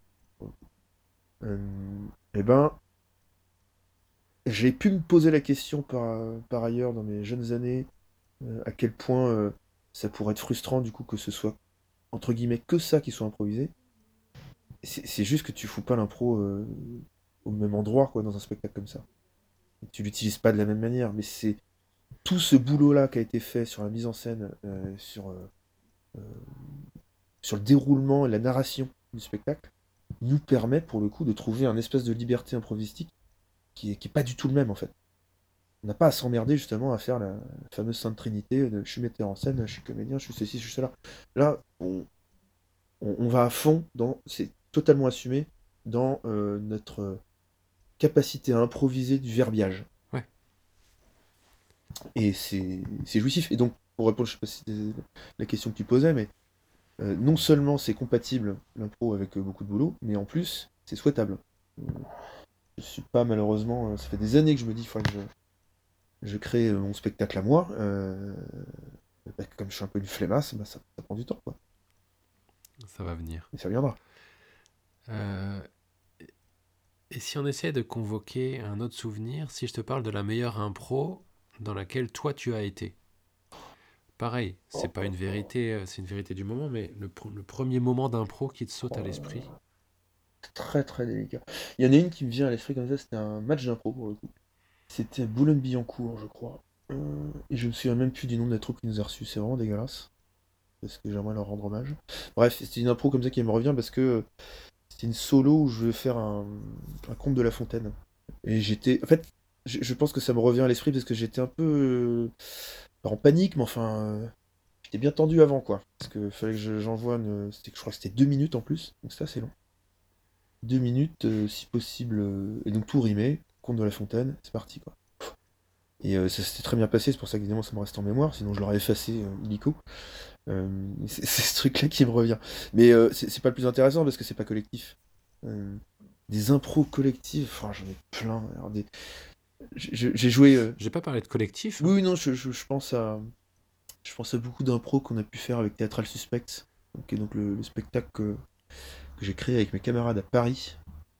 Et ben, j'ai pu me poser la question par ailleurs dans mes jeunes années, à quel point ça pourrait être frustrant du coup que ce soit entre guillemets que ça qui soit improvisé. C'est juste que tu fous pas l'impro au même endroit quoi dans un spectacle comme ça. Tu l'utilises pas de la même manière, mais c'est tout ce boulot-là qui a été fait sur la mise en scène, euh, sur le déroulement et la narration du spectacle, nous permet pour le coup de trouver un espèce de liberté improvistique qui est pas du tout le même en fait. On n'a pas à s'emmerder justement à faire la fameuse Sainte Trinité de je suis metteur en scène, je suis comédien, je suis ceci, je suis cela. Là, on va à fond c'est totalement assumé dans notre capacité à improviser du verbiage.
Ouais.
Et c'est jouissif. Et donc, pour répondre, je sais pas si c'était la question que tu posais, mais non seulement c'est compatible l'impro avec beaucoup de boulot, mais en plus, c'est souhaitable. Euh, je suis pas malheureusement, ça fait des années que je me dis, il faudrait que je crée mon spectacle à moi. Bah, comme je suis un peu une flemmasse, bah, ça prend du temps, quoi.
Ça va venir.
Et ça viendra.
Euh, et si on essaie de convoquer un autre souvenir, si je te parle de la meilleure impro dans laquelle toi tu as été. Pareil, c'est pas une vérité, c'est une vérité du moment, mais le premier moment d'impro qui te saute à l'esprit.
très très délicat. Il y en a une qui me vient à l'esprit comme ça, c'était un match d'impro pour le coup. C'était à Boulogne-Billancourt, je crois. Et je me souviens même plus du nom de la troupe qui nous a reçus, c'est vraiment dégueulasse. Parce que j'aimerais leur rendre hommage. Bref, c'était une impro comme ça qui me revient parce que c'était une solo où je vais faire un conte de La Fontaine. Et j'étais. En fait, je pense que ça me revient à l'esprit parce que j'étais un peu. Pas en panique, mais enfin. J'étais bien tendu avant, quoi. Parce que fallait que j'envoie une. Je crois que c'était 2 minutes en plus, donc c'était assez long. 2 minutes, si possible. Et donc tout rimé, conte de La Fontaine, c'est parti, quoi. Et ça s'était très bien passé, c'est pour ça que évidemment ça me reste en mémoire, sinon je l'aurais effacé illico. C'est ce truc-là qui me revient. Mais c'est pas le plus intéressant parce que c'est pas collectif. Euh, des impros collectives, enfin j'en ai plein. Alors, j'ai joué.
J'ai pas parlé de collectif,
Oui,
hein.
oui, non, je pense à beaucoup d'impros qu'on a pu faire avec Théâtral Suspect, qui est donc le spectacle que j'ai créé avec mes camarades à Paris,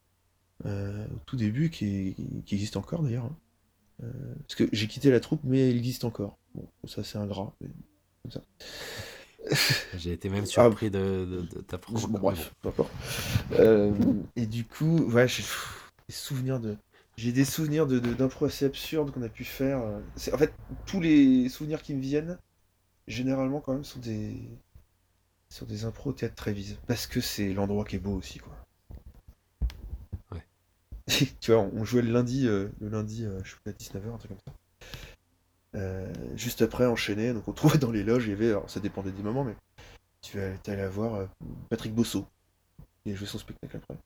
au tout début, qui existe encore d'ailleurs, hein. Parce que j'ai quitté la troupe, mais elle existe encore. Bon, ça c'est ingrat, mais comme ça.
J'ai été même
Ah,
surpris de t'apprendre.
bon,
Mais bon.
bref, peu importe. Et du coup, ouais, j'ai des souvenirs d'impro assez absurdes qu'on a pu faire. En fait, tous les souvenirs qui me viennent, généralement quand même, sont des impros au théâtre Trévise. Parce que c'est l'endroit qui est beau aussi, quoi.
Ouais.
Tu vois, on jouait le lundi, je crois à 19h, un truc comme ça. Juste après, enchaîné, donc on trouvait dans les loges, il y avait, alors ça dépendait des moments, mais t'es allé voir Patrick Bosso, qui a joué son spectacle après.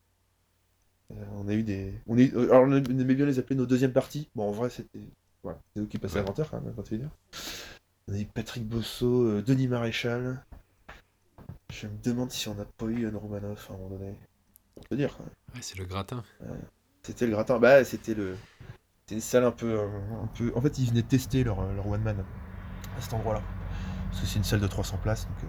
On a eu des. Alors on aimait bien les appeler nos deuxièmes parties. Bon, en vrai, c'était. Voilà, c'est eux qui passaient à
Ouais.
20h quand même, à 21h. On a eu Patrick Bosso, Denis Maréchal. Je me demande si on n'a pas eu Yann Romanoff à un moment donné. On peut dire quand même.
Ouais, c'est le gratin.
C'était le gratin. Bah, C'était une salle un peu. En fait, ils venaient tester leur one man à cet endroit-là. Parce que c'est une salle de 300 places, donc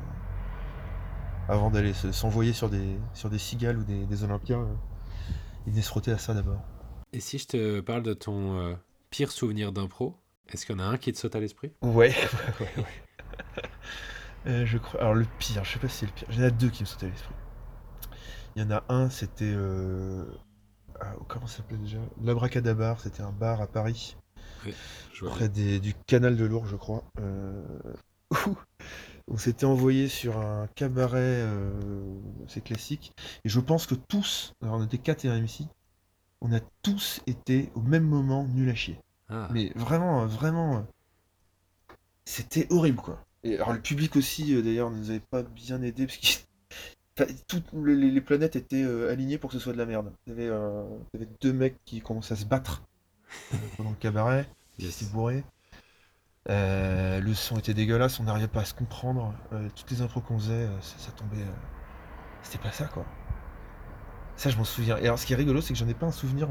avant d'aller s'envoyer sur des cigales ou des Olympiens, ils venaient se frotter à ça d'abord.
Et si je te parle de ton pire souvenir d'impro, est-ce qu'il y en a un qui te saute à l'esprit?
Ouais, ouais, ouais. Je crois. Alors le pire, je sais pas si c'est le pire. Il y en a deux qui me sautent à l'esprit. Il y en a un, c'était. Comment ça s'appelait déjà? L'Abracadabar, c'était un bar à Paris,
Ouais, je vois bien.
près du canal de Lourdes, je crois. Où on s'était envoyé sur un cabaret assez classique. Et je pense que tous, alors on était 4 et un MC, on a tous été au même moment nuls à chier.
Ah,
Mais vraiment, vraiment, c'était horrible quoi. Et alors le public aussi, d'ailleurs, nous avait pas bien aidé parce que toutes les planètes étaient alignées pour que ce soit de la merde. Il y avait deux mecs qui commençaient à se battre pendant le cabaret, qui s'étaient
yes.
bourrés. Le son était dégueulasse, on n'arrivait pas à se comprendre. Toutes les intros qu'on faisait, ça tombait. C'était pas ça quoi. Ça, je m'en souviens. Et alors, ce qui est rigolo, c'est que j'en ai pas un souvenir,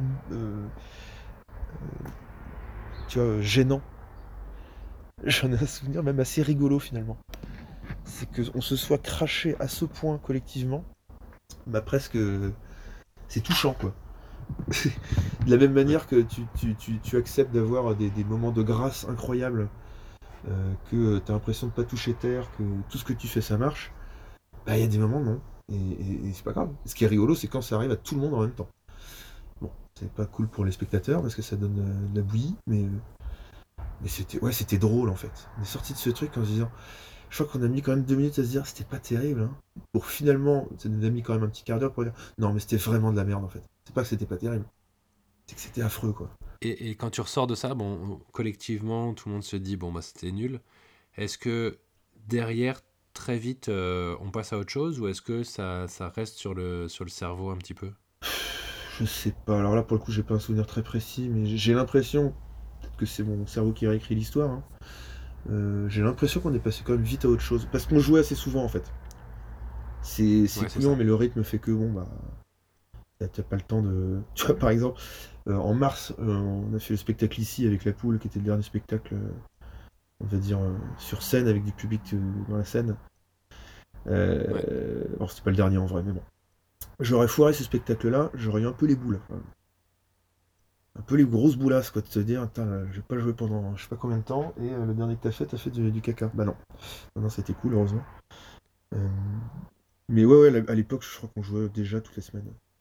tu vois, gênant. J'en ai un souvenir même assez rigolo finalement. C'est qu'on se soit craché à ce point collectivement, bah presque, c'est touchant quoi. De la même
Ouais.
manière que tu acceptes d'avoir des moments de grâce incroyables, que t'as l'impression de pas toucher terre, que tout ce que tu fais ça marche, bah il y a des moments non. Et c'est pas grave. Ce qui est rigolo, c'est quand ça arrive à tout le monde en même temps. Bon, c'est pas cool pour les spectateurs parce que ça donne de la bouillie, mais c'était drôle en fait. On est sorti de ce truc en se disant, je crois qu'on a mis quand même 2 minutes à se dire c'était pas terrible, hein. Pour finalement, ça nous a mis quand même un petit quart d'heure pour dire non mais c'était vraiment de la merde en fait. C'est pas que c'était pas terrible, c'est que c'était affreux quoi.
Et quand tu ressors de ça, bon, collectivement, tout le monde se dit, bon, bah, c'était nul. Est-ce que derrière, très vite, on passe à autre chose ou est-ce que ça reste sur le cerveau un petit peu?
Je sais pas, alors là pour le coup j'ai pas un souvenir très précis, mais j'ai l'impression, peut-être que c'est mon cerveau qui réécrit l'histoire, hein. J'ai l'impression qu'on est passé quand même vite à autre chose, parce qu'on jouait assez souvent en fait. C'est
Ouais, c'est
couillant,
ça.
mais le rythme fait que bon bah t'as pas le temps de. Tu vois par exemple, en mars, on a fait le spectacle ici avec La Poule, qui était le dernier spectacle, on va dire, sur scène avec du public dans la scène.
Ouais.
Alors c'était pas le dernier en vrai, mais bon. J'aurais foiré ce spectacle-là, j'aurais eu un peu les boules. Un peu les grosses boulasses, quoi, de te dire, attends, je vais pas jouer pendant je sais pas combien de temps, et le dernier que t'as fait du caca. Bah non. Non, non, c'était cool, heureusement. Euh, Mais ouais, ouais, à l'époque, je crois qu'on jouait déjà toutes les semaines.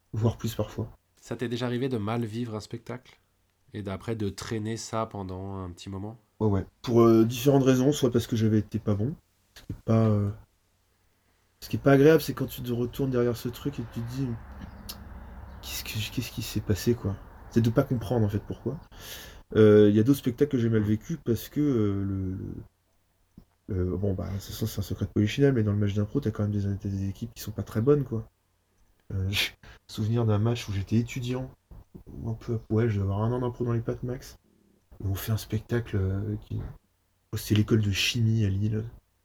voire plus parfois.
Ça t'est déjà arrivé de mal vivre un spectacle? Et d'après de traîner ça pendant un petit moment?
Ouais, ouais. Pour différentes raisons, soit parce que j'avais été pas bon, ce qui est pas, ce qui est pas agréable, c'est quand tu te retournes derrière ce truc et que tu te dis qu'est-ce qui s'est passé quoi. C'est de pas comprendre en fait pourquoi. Il y a d'autres spectacles que j'ai mal vécu parce que bon bah c'est un secret de polichinelle, mais dans le match d'impro t'as quand même t'as des équipes qui sont pas très bonnes quoi. J'ai souvenir d'un match où j'étais étudiant, ou un peu ouais, je devais avoir un an d'impro dans les pattes max. Et on fait un spectacle c'était l'école de chimie à Lille.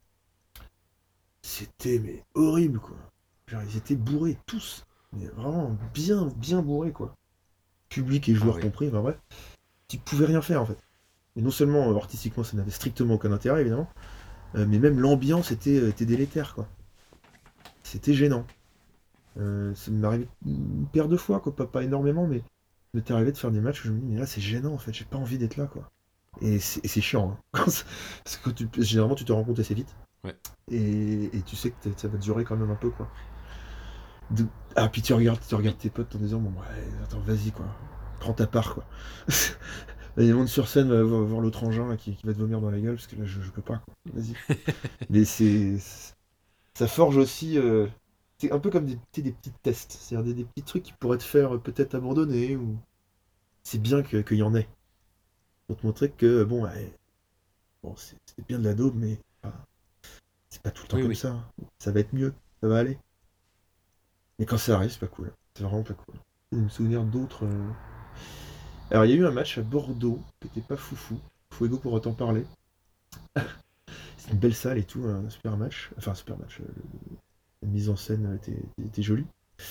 C'était mais horrible quoi. Genre ils étaient bourrés tous. Mais vraiment bien bien bourrés quoi. Public et
Ah
joueurs
oui.
compris, enfin bref. Tu pouvais rien faire en fait. Et non seulement artistiquement ça n'avait strictement aucun intérêt évidemment, mais même l'ambiance était délétère quoi. C'était gênant. Ça m'est arrivé une paire de fois quoi, pas énormément, mais il m'est arrivé de faire des matchs où je me dis mais là c'est gênant en fait, j'ai pas envie d'être là quoi. Et c'est chiant, hein. Parce que généralement tu te rends compte assez vite.
Ouais.
Et tu sais que ça va durer quand même un peu quoi. De- Ah puis tu regardes
Oui.
tes potes en disant bon ouais, attends vas-y quoi, prends ta part quoi. Allez, monte sur scène, va voir l'autre engin là, qui va te vomir dans la gueule parce que là je peux pas quoi. Vas-y. Mais ça forge aussi. C'est un peu comme des petits tests, c'est-à-dire des petits trucs qui pourraient te faire peut-être abandonner ou c'est bien qu'il y en ait pour te montrer que bon, ouais, bon c'est bien de la daube mais c'est pas tout le temps
Oui,
comme
oui.
ça, hein. Ça va être mieux, ça va aller. Mais quand ça arrive, c'est pas cool. C'est vraiment pas cool. Je me souvenir d'autres. Alors il y a eu un match à Bordeaux qui était pas foufou. Fuego pour t'en parler. C'est une belle salle et tout, un super match. Enfin un super match. La mise en scène était jolie.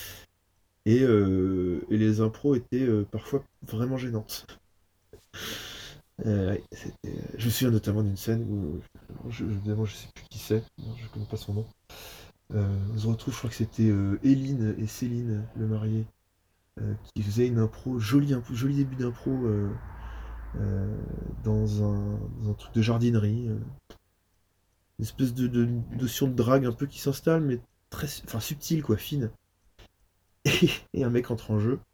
Et les impros étaient parfois vraiment gênantes. Ouais, je me souviens notamment d'une scène où, évidemment, je sais plus qui c'est, je connais pas son nom. On se retrouve, je crois que c'était Éline et Céline, le marié, qui faisaient une impro, joli début d'impro euh, dans un truc de jardinerie. Une espèce de notion de drague un peu qui s'installe, mais très, enfin, subtile, quoi, fine. Et un mec entre en jeu.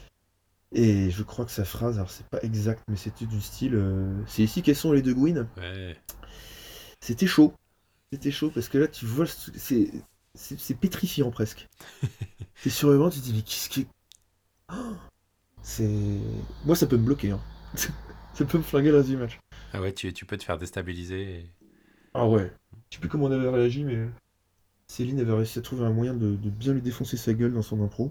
Et je crois que sa phrase, alors c'est pas exact, mais c'était du style c'est ici quels sont les deux Gwyn.
Ouais.
C'était chaud. C'était chaud parce que là, tu vois, c'est pétrifiant presque. T'es sur le banc, tu te dis, mais qu'est-ce qui. Oh, c'est. Moi, ça peut me bloquer, hein. Ça peut me flinguer le reste du match.
Ah ouais, tu peux te faire déstabiliser.
Ah ouais. Je sais plus comment on avait réagi, mais Céline avait réussi à trouver un moyen de bien lui défoncer sa gueule dans son impro.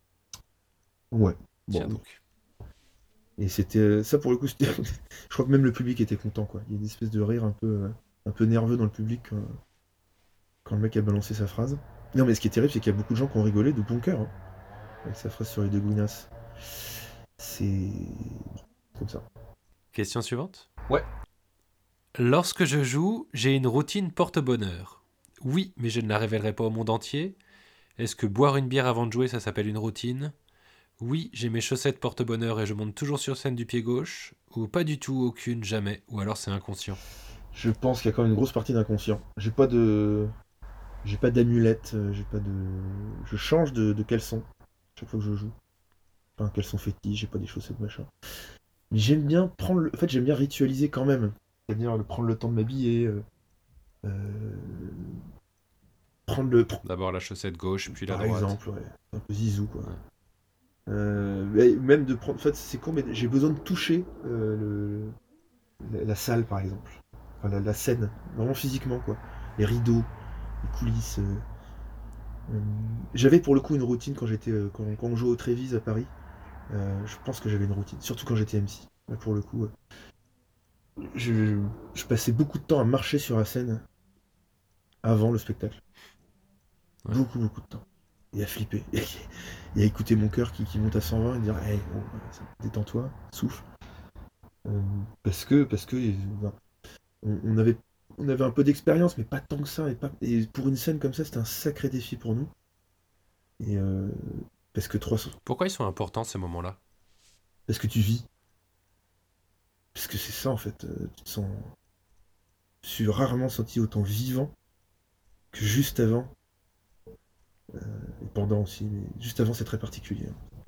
Ouais.
Tiens
Bon.
donc.
Et c'était. Ça, pour le coup, c'était. Je crois que même le public était content, quoi. Il y a une espèce de rire un peu nerveux dans le public quand le mec a balancé sa phrase. Non, mais ce qui est terrible, c'est qu'il y a beaucoup de gens qui ont rigolé de bon cœur, hein, avec sa phrase sur les deux Gouinas. C'est comme ça.
Question suivante.
Ouais.
Lorsque je joue, j'ai une routine porte-bonheur. Oui, mais je ne la révélerai pas au monde entier. Est-ce que boire une bière avant de jouer, ça s'appelle une routine? Oui, j'ai mes chaussettes porte-bonheur et je monte toujours sur scène du pied gauche. Ou pas du tout, aucune, jamais. Ou alors c'est inconscient.
Je pense qu'il y a quand même une grosse partie d'inconscient. J'ai pas d'amulette, j'ai pas de. Je change de caleçon chaque fois que je joue. Pas un caleçon fétiche, j'ai pas des chaussettes machin. Mais j'aime bien prendre le. En fait, j'aime bien ritualiser quand même. C'est-à-dire prendre le temps de m'habiller, euh, prendre le.
D'abord la chaussette gauche, puis la
Par
droite.
exemple, ouais. Un peu zizou, quoi.
Ouais.
Mais même de prendre. En fait, c'est con, mais j'ai besoin de toucher la salle, par exemple. Enfin, la scène, vraiment physiquement, quoi. Les rideaux, les coulisses. Euh, J'avais pour le coup une routine quand quand on jouait au Trévise à Paris. Je pense que j'avais une routine, surtout quand j'étais MC. Là, pour le coup, je, je passais beaucoup de temps à marcher sur la scène avant le spectacle.
Ouais.
Beaucoup, beaucoup de temps. Et à flipper. Et à écouter mon cœur qui monte à 120 et dire hey, bon, détends-toi, souffle. Euh, parce que ben, on on avait un peu d'expérience, mais pas tant que ça. Et pour une scène comme ça, c'était un sacré défi pour nous. Et parce que 300,
Pourquoi ils sont importants ces moments-là?
parce que tu vis. Parce que c'est ça en fait. Tu te sens. Je suis rarement senti autant vivant que juste avant. Et pendant aussi, mais juste avant, c'est très particulier.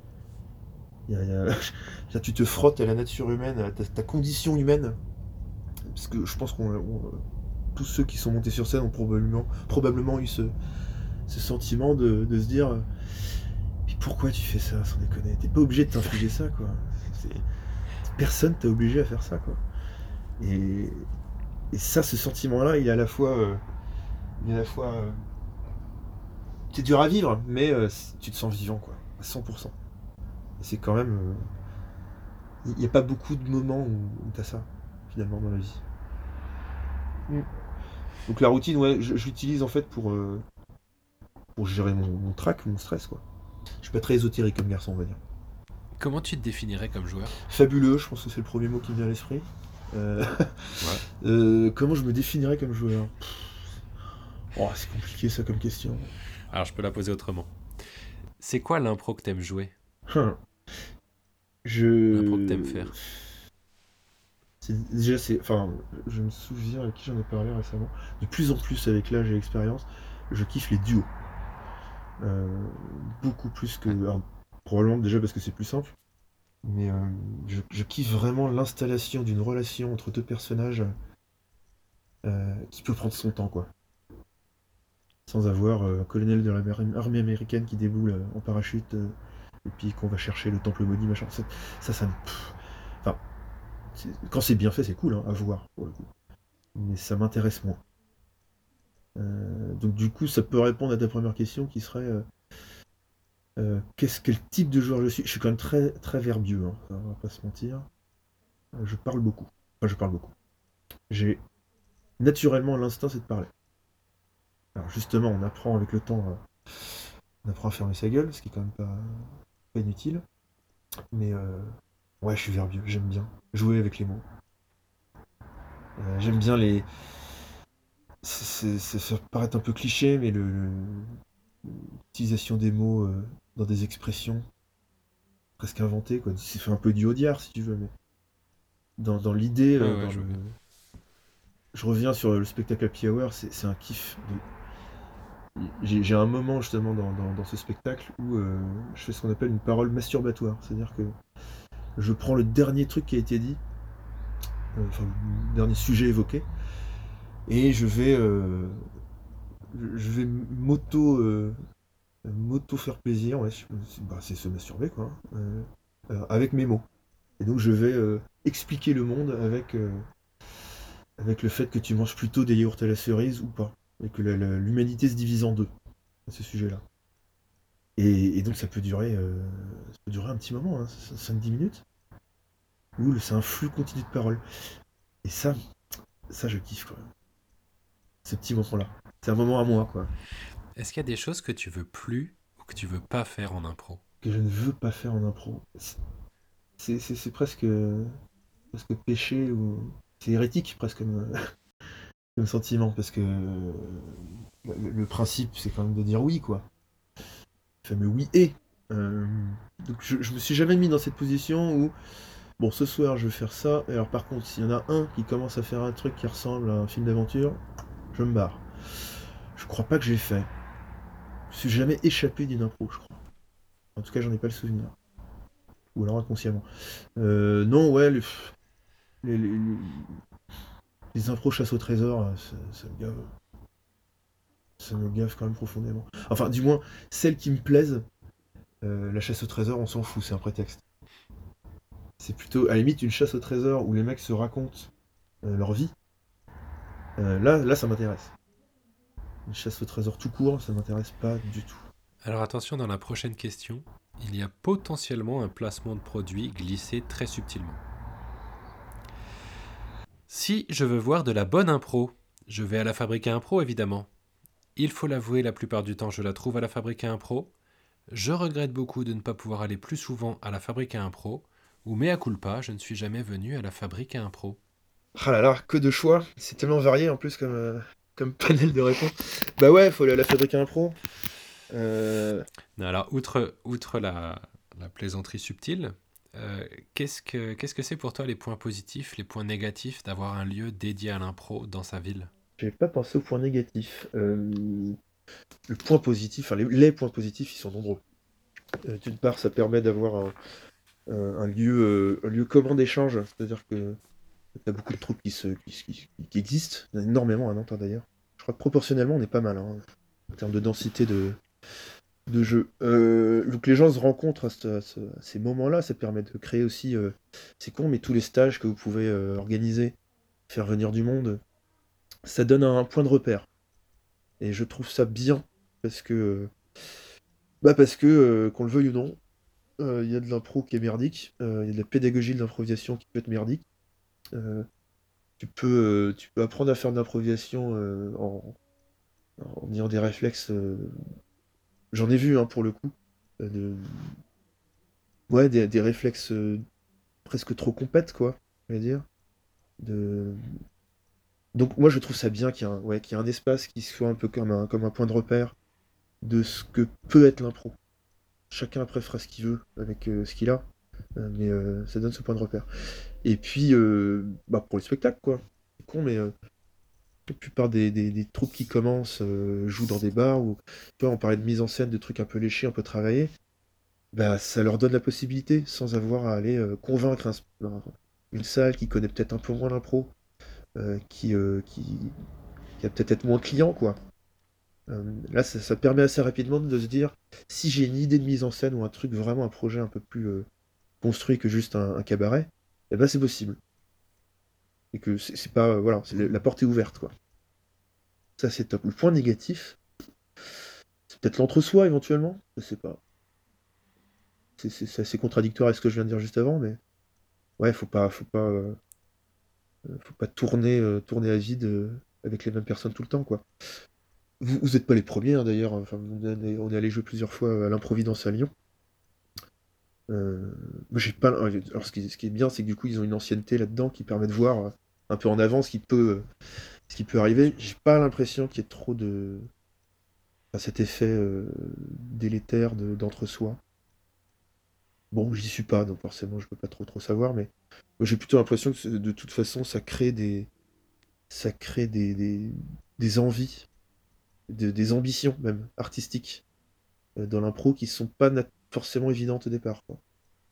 Là, tu te frottes à la nature humaine, à ta condition humaine, parce que je pense tous ceux qui sont montés sur scène ont probablement eu ce sentiment de se dire mais pourquoi tu fais ça sans déconner? T'es pas obligé de t'infliger ça, quoi. C'est- Personne t'a obligé à faire ça, quoi. Et, et ça, ce sentiment-là, il est à la fois. Il est à la fois c'est dur à vivre, mais tu te sens vivant, quoi. À 100%. Et c'est quand même. Il n'y a pas beaucoup de moments où t'as ça, finalement, dans la vie. Mm. Donc la routine, ouais, je l'utilise en fait pour gérer mon trac, mon stress, quoi. Je suis pas très ésotérique comme garçon, on va dire.
Comment tu te définirais comme joueur?
Fabuleux, je pense que c'est le premier mot qui me vient à l'esprit. Euh,
Ouais.
comment je me définirais comme joueur? Oh, c'est compliqué ça comme question.
Alors je peux la poser autrement. C'est quoi l'impro que t'aimes jouer?
Hum.
L'impro que t'aimes
Je.
faire?
Déjà, enfin, je me souviens à qui j'en ai parlé récemment. De plus en plus, avec l'âge et l'expérience, je kiffe les duos. Euh, Beaucoup plus que.
Ouais.
Alors, probablement déjà parce que c'est plus simple. Mais je kiffe vraiment l'installation d'une relation entre deux personnages qui peut prendre son temps, quoi. Sans avoir un colonel de l'armée américaine qui déboule en parachute et puis qu'on va chercher le temple maudit, machin. Ça me. Enfin, quand c'est bien fait, c'est cool hein, à voir, pour le coup. Mais ça m'intéresse moins. Donc du coup, ça peut répondre à ta première question qui serait quel type de joueur je suis? Je suis quand même très, très verbieux, hein, on va pas se mentir. Je parle beaucoup. Enfin, je parle beaucoup. J'ai naturellement l'instinct, c'est de parler. Alors justement, on apprend avec le temps, on apprend à fermer sa gueule, ce qui est quand même pas inutile. Mais ouais, je suis verbieux, j'aime bien jouer avec les mots. J'aime bien les. Ça peut paraître un peu cliché, mais l'utilisation des mots dans des expressions presque inventées, quoi. C'est fait un peu du Audiard, si tu veux, mais dans l'idée,
Ouais, ouais,
dans
je
le.
vois bien.
Je reviens sur le spectacle Happy Hour, c'est un kiff. J'ai un moment justement dans ce spectacle où je fais ce qu'on appelle une parole masturbatoire. C'est-à-dire que je prends le dernier truc qui a été dit, enfin le dernier sujet évoqué, et je vais m'auto faire plaisir, ouais, c'est se masturber quoi, hein, avec mes mots. Et donc je vais expliquer le monde avec le fait que tu manges plutôt des yaourts à la cerise ou pas, et que l'humanité se divise en deux à ce sujet-là. Et donc
Ok.
ça peut durer un petit moment, hein, 5-10 minutes, où c'est un flux continu de paroles. Et ça je kiffe quoi, ce petit moment-là. C'est un moment à moi quoi,
Est-ce qu'il y a des choses que tu veux plus ou que tu veux pas faire en impro?
que je ne veux pas faire en impro. C'est presque péché ou c'est hérétique presque comme sentiment parce que le principe c'est quand même de dire oui quoi. Le fameux oui et. Euh, donc je me suis jamais mis dans cette position où bon ce soir je vais faire ça et alors par contre s'il y en a un qui commence à faire un truc qui ressemble à un film d'aventure, je me barre. Je crois pas que j'ai fait. Je suis jamais échappé d'une impro je crois. En tout cas j'en ai pas le souvenir. Ou alors inconsciemment. Non ouais les, les impros chasse au trésor ça me gave quand même profondément. Enfin du moins celles qui me plaisent. La chasse au trésor, on s'en fout, c'est un prétexte. C'est plutôt, à la limite, une chasse au trésor où les mecs se racontent leur vie. Là, ça m'intéresse. Une chasse au trésor tout court, ça m'intéresse pas du tout.
Alors attention, dans la prochaine question, il y a potentiellement un placement de produit glissé très subtilement. Si je veux voir de la bonne impro, je vais à la Fabrique à Impro évidemment. Il faut l'avouer, la plupart du temps je la trouve à la Fabrique à Impro. Je regrette beaucoup de ne pas pouvoir aller plus souvent à la Fabrique à Impro, ou mea culpa, je ne suis jamais venu à la Fabrique à Impro.
Ah là là, que de choix. C'est tellement varié en plus comme panel de réponses. Bah ouais, faut aller à la fabrique à impro. Euh,
Non, alors, outre la plaisanterie subtile, qu'est-ce que c'est pour toi les points positifs, les points négatifs d'avoir un lieu dédié à l'impro dans sa ville?
J'avais pas pensé au point négatif. le point positif, enfin les points positifs, ils sont nombreux. D'une part, ça permet d'avoir un lieu commun d'échange, c'est-à-dire que tu as beaucoup de troupes qui existent, il y en a énormément à Nantes hein, d'ailleurs. Je crois que proportionnellement, on est pas mal hein, en termes de densité de jeu. Donc les gens se rencontrent à ces moments-là, ça permet de créer aussi, c'est con, mais tous les stages que vous pouvez organiser, faire venir du monde, ça donne un point de repère. Et je trouve ça bien, parce que, qu'on le veuille ou non, il y a de l'impro qui est merdique, il y a de la pédagogie de l'improvisation qui peut être merdique. Euh, tu peux apprendre à faire de l'improvisation en ayant des réflexes. J'en ai vu hein, pour le coup. De, ouais, des réflexes presque trop compètes, quoi, je vais dire. De... Donc moi je trouve ça bien qu'il y ait un espace qui soit un peu comme un point de repère de ce que peut être l'impro. Chacun après fera ce qu'il veut avec ce qu'il a, mais ça donne ce point de repère. Et puis bah, pour les spectacles, quoi. C'est con, mais la plupart des troupes qui commencent jouent dans des bars où, tu vois, on parlait de mise en scène, de trucs un peu léchés, un peu travaillés. Bah, ça leur donne la possibilité, sans avoir à aller convaincre une salle qui connaît peut-être un peu moins l'impro, qui va peut-être être moins client, quoi. Là, ça permet assez rapidement de se dire, si j'ai une idée de mise en scène ou un truc, vraiment un projet un peu plus construit que juste un cabaret, eh ben c'est possible. Et que c'est pas, voilà, la porte est ouverte, quoi. Ça, c'est top. Le point négatif, c'est peut-être l'entre-soi, éventuellement, je sais pas. C'est assez contradictoire avec ce que je viens de dire juste avant, mais ouais, faut pas tourner à vide avec les mêmes personnes tout le temps, quoi. Vous êtes pas les premiers, hein, d'ailleurs. Enfin, on est allé jouer plusieurs fois à l'Improvidence à Lyon. Moi, j'ai pas. Alors, ce qui est bien, c'est que du coup, ils ont une ancienneté là-dedans qui permet de voir un peu en avance ce qui peut arriver. J'ai pas l'impression qu'il y ait trop de. Enfin, cet effet délétère d'entre-soi. Bon, j'y suis pas, donc forcément, je peux pas trop savoir, mais moi, j'ai plutôt l'impression que de toute façon, ça crée des envies, des ambitions même artistiques dans l'impro qui sont pas forcément évidentes au départ, quoi.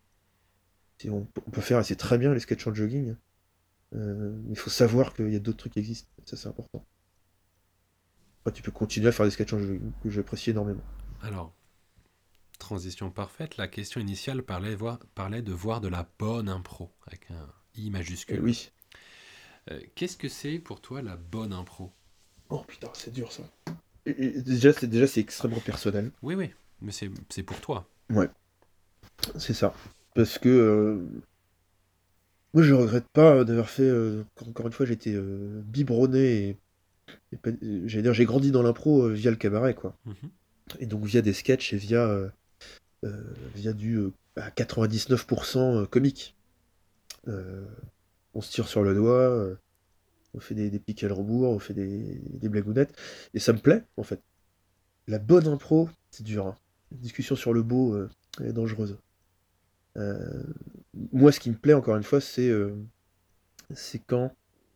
On peut faire assez très bien les sketchs en jogging, mais il faut savoir qu'il y a d'autres trucs qui existent. Ça, c'est important. Après, tu peux continuer à faire des sketchs en jogging, que j'apprécie énormément.
Alors, transition parfaite, la question initiale parlait de voir de la bonne impro, avec un I
Et
majuscule.
oui.
Qu'est-ce que c'est pour toi la bonne impro?
Oh putain, c'est dur ça. Et déjà, c'est extrêmement personnel.
Oui, oui, mais c'est pour toi.
Ouais, c'est ça. Parce que moi, je regrette pas d'avoir fait. Encore une fois, j'ai été biberonné j'allais dire, j'ai grandi dans l'impro via le cabaret, quoi.
Mhm.
Et donc via des sketchs et via du 99% comique. Euh, on se tire sur le doigt, on fait des piques à le rebours, on fait des blagounettes. Et ça me plaît, en fait. La bonne impro, c'est dur, hein. La discussion sur le beau est dangereuse. Euh, Moi, ce qui me plaît, encore une fois, c'est quand,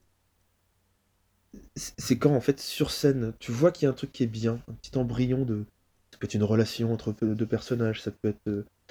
c'est quand, en fait, sur scène, tu vois qu'il y a un truc qui est bien, un petit embryon de. Ça peut être une relation entre deux personnages, ça peut être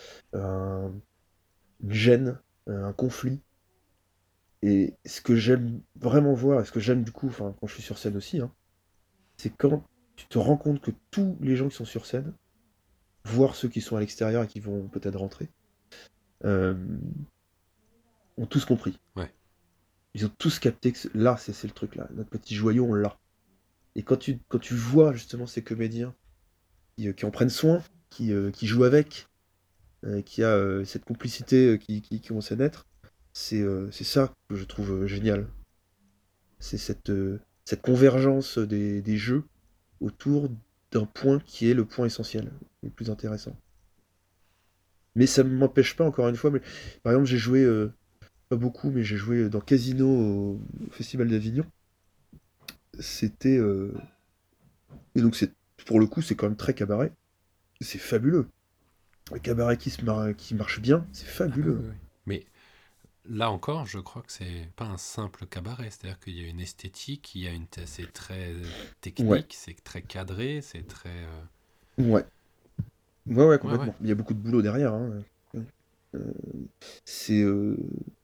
une gêne, un conflit. Et ce que j'aime vraiment voir, et ce que j'aime du coup, enfin, quand je suis sur scène aussi, hein, c'est quand tu te rends compte que tous les gens qui sont sur scène, voire ceux qui sont à l'extérieur et qui vont peut-être rentrer, euh, ont tous compris.
Ouais.
Ils ont tous capté que là, c'est le truc là, notre petit joyau, on l'a. Et quand tu vois justement ces comédiens qui en prennent soin, qui jouent avec, qui a cette complicité qui commence à naître, c'est ça que je trouve génial. C'est cette convergence des jeux autour d'un point qui est le point essentiel, le plus intéressant. Mais ça ne m'empêche pas, encore une fois, mais par exemple, j'ai joué, pas beaucoup, mais j'ai joué dans Casino au Festival d'Avignon. C'était. Et donc, pour le coup, c'est quand même très cabaret. C'est fabuleux. Le cabaret qui marche bien, c'est
Ah bah
fabuleux.
oui, oui. Mais là encore, je crois que c'est pas un simple cabaret. C'est-à-dire qu'il y a une esthétique, c'est très
Ouais,
technique, c'est très cadré, c'est très.
ouais, ouais,
Ouais, ouais.
complètement. Il y a beaucoup de boulot derrière, hein. Euh, c'est, euh,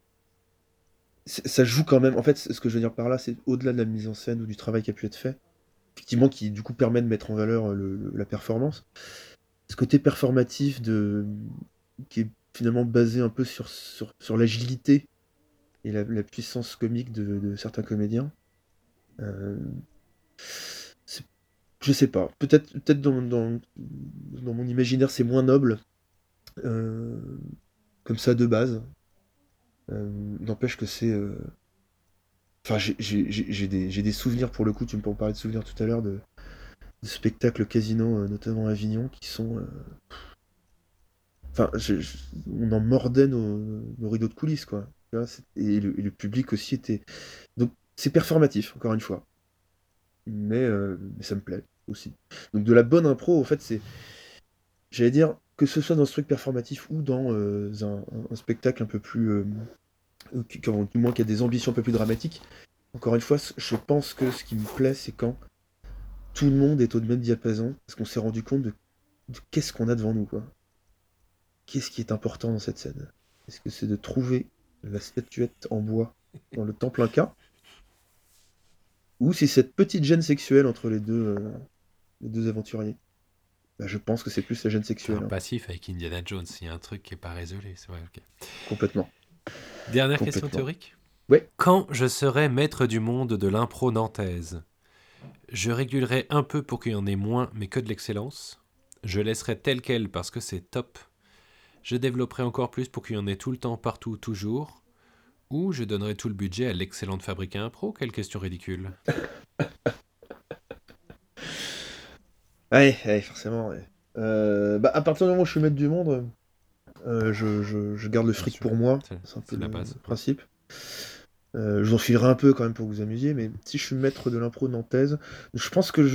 ça joue quand même. En fait, ce que je veux dire par là, c'est au-delà de la mise en scène ou du travail qui a pu être fait, effectivement, qui du coup permet de mettre en valeur la performance. Ce côté performatif qui est finalement basé un peu sur l'agilité et la puissance comique de certains comédiens. Euh, c'est- je sais pas. Peut-être dans mon imaginaire, c'est moins noble, euh, comme ça de base. N'empêche que c'est. Enfin, j'ai des souvenirs pour le coup. Tu me parlais de souvenirs tout à l'heure de spectacles casino, notamment à Avignon, qui sont. Enfin, on en mordait nos rideaux de coulisses, quoi. Tu vois, et le public aussi était. Donc, c'est performatif, encore une fois. Mais ça me plaît aussi. Donc, de la bonne impro, en fait, c'est. J'allais dire, que ce soit dans ce truc performatif ou dans un spectacle un peu plus. Du moins qui a des ambitions un peu plus dramatiques. Encore une fois, je pense que ce qui me plaît, c'est quand tout le monde est au même diapason, parce qu'on s'est rendu compte de qu'est-ce qu'on a devant nous, quoi. Qu'est-ce qui est important dans cette scène? Est-ce que c'est de trouver la statuette en bois dans le temple Inca, ou c'est cette petite gêne sexuelle entre les deux aventuriers? Bah, je pense que c'est plus la gêne
T'as un
sexuelle, hein.
passif avec Indiana Jones. Il y a un truc qui est pas résolu. C'est vrai, ok.
Complètement.
Dernière question
Complètement.
théorique.
Ouais.
Quand je serai maître du monde de l'impro nantaise, je régulerai un peu pour qu'il y en ait moins, mais que de l'excellence. Je laisserai tel quel parce que c'est top. Je développerai encore plus pour qu'il y en ait tout le temps, partout, toujours. Ou je donnerai tout le budget à l'excellente fabrique à impro. Quelle question ridicule.
Ouais, ouais, forcément, ouais. Bah, à partir du moment où je suis maître du monde, je garde le
Bien
fric
sûr.
pour moi.
C'est
C'est un peu
c'est la
le
base. Ouais.
principe. Je vous en filerai un peu quand même pour vous amuser, mais si je suis maître de l'impro nantaise, je pense que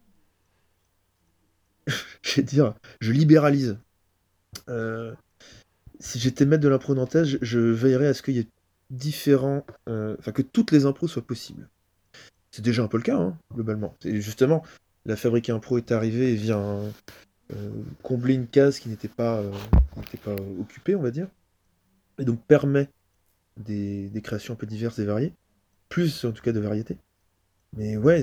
je vais dire, je libéralise. Euh, Si j'étais maître de l'impro nantaise, je veillerais à ce qu'il y ait enfin que toutes les impros soient possibles. C'est déjà un peu le cas, hein, globalement. Et justement, la fabrique à impro est arrivée et vient combler une case qui n'était pas occupée, on va dire, et donc permet des créations un peu diverses et variées, plus en tout cas de variété. Mais ouais,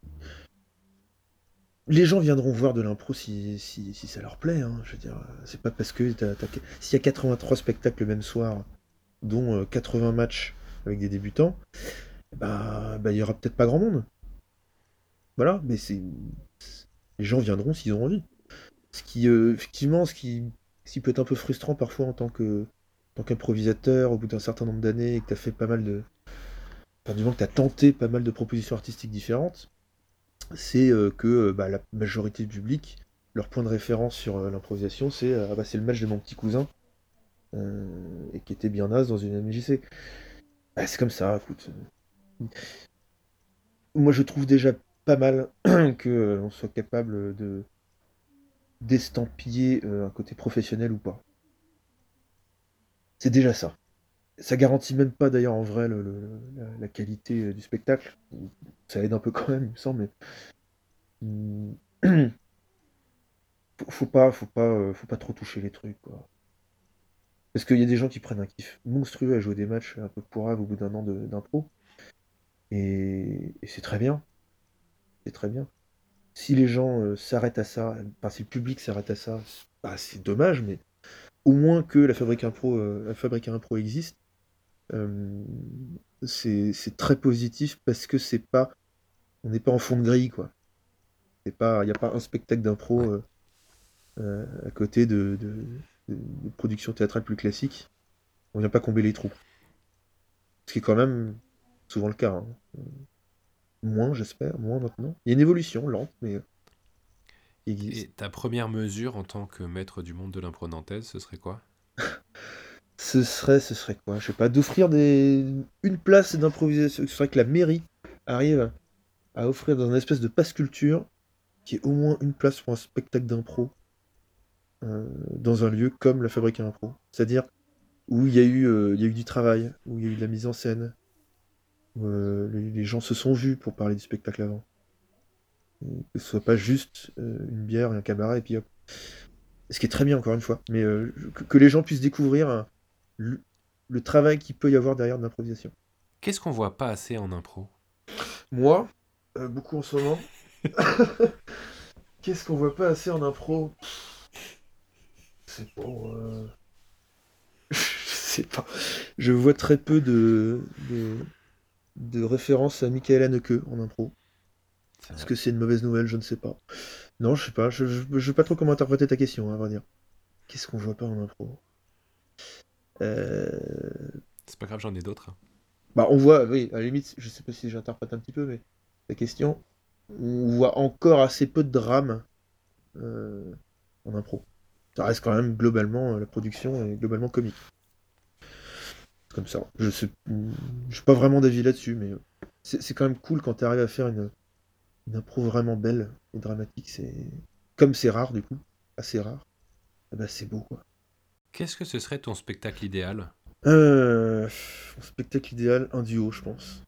les gens viendront voir de l'impro si ça leur plaît, hein. Je veux dire, c'est pas parce que s'il y a 83 spectacles le même soir, dont 80 matchs avec des débutants, il y aura peut-être pas grand monde. Voilà, mais les gens viendront s'ils ont envie. Effectivement, ce qui peut être un peu frustrant parfois en tant qu'improvisateur, au bout d'un certain nombre d'années, et que tu as fait pas mal de. Enfin, du moins que tu as tenté pas mal de propositions artistiques différentes, c'est que la majorité du public, leur point de référence sur l'improvisation, c'est ah bah, c'est le match de mon petit cousin, et qui était bien naze dans une MJC. Bah, c'est comme ça, écoute. Moi, je trouve déjà pas mal que on soit capable de d'estampiller un côté professionnel ou pas. C'est déjà ça. Ça garantit même pas d'ailleurs en vrai la qualité du spectacle. Ça aide un peu quand même, il me semble, mais faut pas trop toucher les trucs, quoi. Parce qu'il y a des gens qui prennent un kiff monstrueux à jouer des matchs un peu pourraves au bout d'un an d'impro, et c'est très bien, c'est très bien. Si les gens s'arrêtent à ça, enfin si le public s'arrête à ça, bah, c'est dommage, mais au moins que la fabrique à impro existe, euh, c'est très positif parce que c'est pas, on n'est pas en fond de grille, quoi. C'est pas, il n'y a pas un spectacle d'impro
Ouais.
à côté de productions théâtrales plus classiques. On vient pas combler les trous. Ce qui est quand même souvent le cas, hein. Moins, j'espère, moins maintenant. Il y a une évolution lente, mais qui
Et
existe.
ta première mesure en tant que maître du monde de l'impro nantaise, ce serait quoi?
Ce serait quoi? Je sais pas, d'offrir une place d'improvisation. Ce serait que la mairie arrive à offrir dans une espèce de passe culture qui est au moins une place pour un spectacle d'impro dans un lieu comme la Fabrique à impro. C'est-à-dire où il y a eu du travail, où il y a eu de la mise en scène, où les gens se sont vus pour parler du spectacle avant. Que ce soit pas juste une bière et un cabaret, et puis hop. Ce qui est très bien, encore une fois. Mais que les gens puissent découvrir le, le travail qu'il peut y avoir derrière de l'improvisation.
Qu'est-ce qu'on voit pas assez en impro?
Moi, beaucoup en ce moment. Qu'est-ce qu'on voit pas assez en impro? C'est pour. Je sais pas. Je vois très peu de références à Michael Haneke en impro.
C'est
Est-ce
vrai.
que c'est une mauvaise nouvelle? Je ne sais pas. Non, je sais pas. Je sais pas trop comment interpréter ta question, hein, à vrai dire. Qu'est-ce qu'on voit pas en impro? Euh,
C'est pas grave, j'en ai d'autres.
Bah, on voit, oui, à la limite, je sais pas si j'interprète un petit peu, mais la question, on voit encore assez peu de drame euh, en impro. Ça reste quand même globalement, la production est globalement comique. Comme ça. Je suis pas vraiment d'avis là-dessus, mais c'est quand même cool quand tu arrives à faire une impro vraiment belle et dramatique. Comme c'est rare du coup, assez rare. Eh ben, c'est beau quoi.
Qu'est-ce que ce serait ton spectacle idéal?
Mon spectacle idéal, un duo, je pense.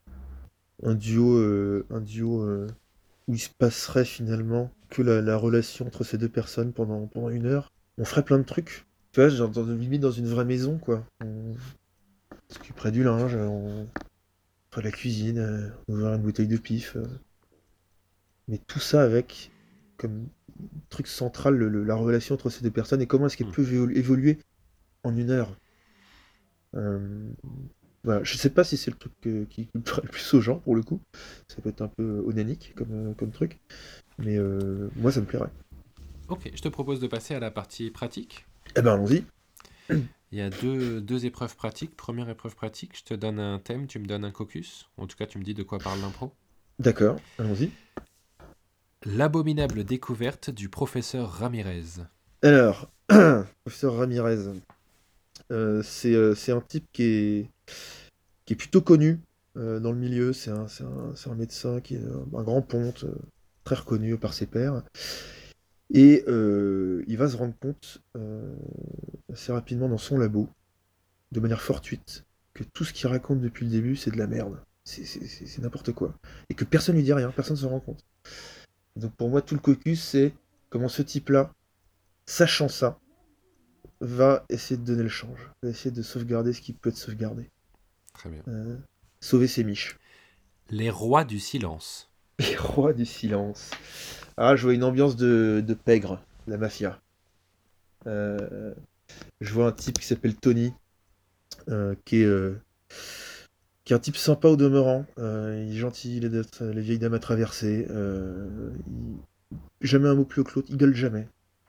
Un duo où il se passerait finalement que la relation entre ces deux personnes pendant 1 heure. On ferait plein de trucs. Tu vois, genre limite dans une vraie maison, quoi. On s'occuperait du linge, on ferait la cuisine, on ouvrirait une bouteille de pif. Mais tout ça avec comme truc central la relation entre ces deux personnes et comment est-ce qu'elle
Hmm.
peut évoluer en 1 heure. Euh, voilà. Je sais pas si c'est le truc qui plairait le plus aux gens pour le coup. Ça peut être un peu onanique comme truc. Mais moi ça me plairait.
Ok, je te propose de passer à la partie pratique.
Eh ben allons-y.
Il y a deux épreuves pratiques. Première épreuve pratique, je te donne un thème, tu me donnes un caucus. En tout cas, tu me dis de quoi parle l'impro.
D'accord, allons-y.
L'abominable découverte du professeur Ramirez.
Alors, professeur Ramirez, c'est un type qui est plutôt connu dans le milieu. C'est un médecin qui est un grand ponte, très reconnu par ses pairs. Et il va se rendre compte assez rapidement dans son labo, de manière fortuite, que tout ce qu'il raconte depuis le début, c'est de la merde. C'est n'importe quoi. Et que personne lui dit rien, personne ne se rend compte. Donc pour moi, tout le caucus, c'est comment ce type-là, sachant ça, va essayer de donner le change, va essayer de sauvegarder ce qui peut être sauvegardé.
Très bien.
Euh, Sauver ses miches.
Les rois du silence.
Les rois du silence. Ah, je vois une ambiance de pègre, la mafia. Euh, je vois un type qui s'appelle Tony, euh, qui est, euh, qui est un type sympa au demeurant. Il est gentil, il aide les vieilles dames à traverser. Jamais un mot plus haut que l'autre, il gueule jamais.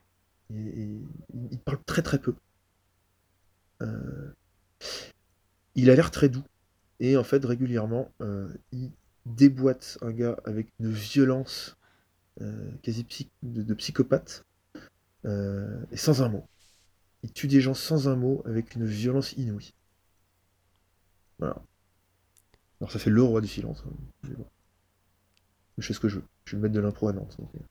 Il parle très très peu. Euh, il a l'air très doux. Et en fait, régulièrement, il déboîte un gars avec une violence quasi de psychopathe, et sans un mot. Il tue des gens sans un mot, avec une violence inouïe. Voilà. Alors ça fait le roi du silence, hein. Mais bon, je fais ce que je veux. Je suis le maître de l'impro à Nantes. Donc,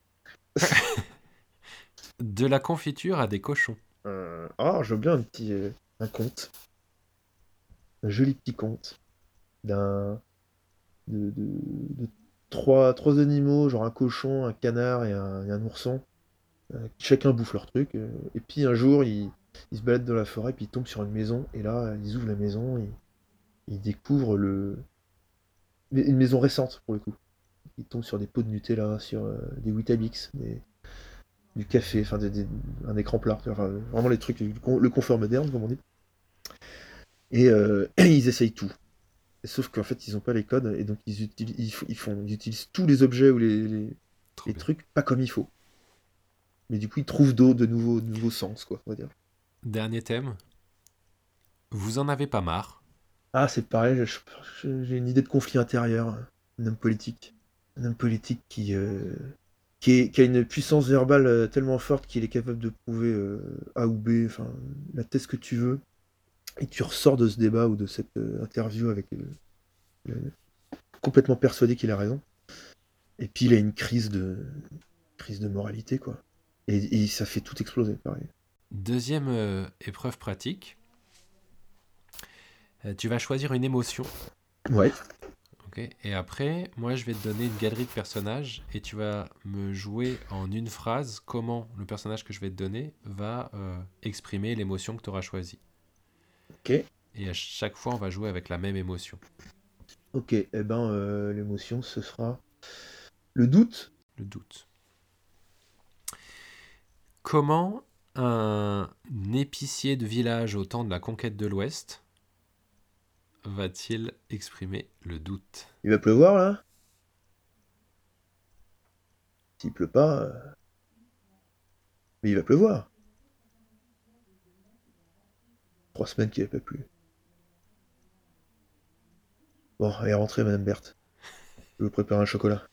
De la confiture à des cochons.
je veux bien un conte, un joli petit conte d'un de trois animaux, genre un cochon, un canard et un ourson, qui chacun bouffe leur truc. Et puis un jour, ils se baladent dans la forêt, puis ils tombent sur une maison, et là, ils ouvrent la maison, et ils découvrent une maison récente, pour le coup. Ils tombent sur des pots de Nutella, sur des Weetabix, du café, enfin un écran plat, enfin, vraiment les trucs, le confort moderne, comme on dit. Et ils essayent tout. Sauf qu'en fait, ils n'ont pas les codes, et donc ils utilisent tous les objets ou
Trop
les
bien.
trucs pas comme il faut. Mais du coup, ils trouvent de nouveaux sens, quoi, on va dire.
Dernier thème. Vous en avez pas marre.
Ah, c'est pareil, j'ai une idée de conflit intérieur. Un homme politique. Un homme politique qui a une puissance verbale tellement forte qu'il est capable de prouver A ou B, enfin, la thèse que tu veux. Et tu ressors de ce débat ou de cette interview avec le- complètement persuadé qu'il a raison. Et puis il a une crise de moralité, quoi. Et ça fait tout exploser, pareil.
Deuxième épreuve pratique. Tu vas choisir une émotion.
Ouais.
Ok. Et après, moi, je vais te donner une galerie de personnages et tu vas me jouer en une phrase comment le personnage que je vais te donner va exprimer l'émotion que tu auras choisie.
Ok.
Et à chaque fois, on va jouer avec la même émotion.
Ok. Eh ben, l'émotion, ce sera le doute.
Le doute. Comment un épicier de village au temps de la conquête de l'Ouest va-t-il exprimer le doute?
Il va pleuvoir, là? S'il pleut pas, mais il va pleuvoir. 3 semaines qu'il n'a pas plu. Bon, allez, rentrez, Madame Berthe. Je vais vous préparer un chocolat.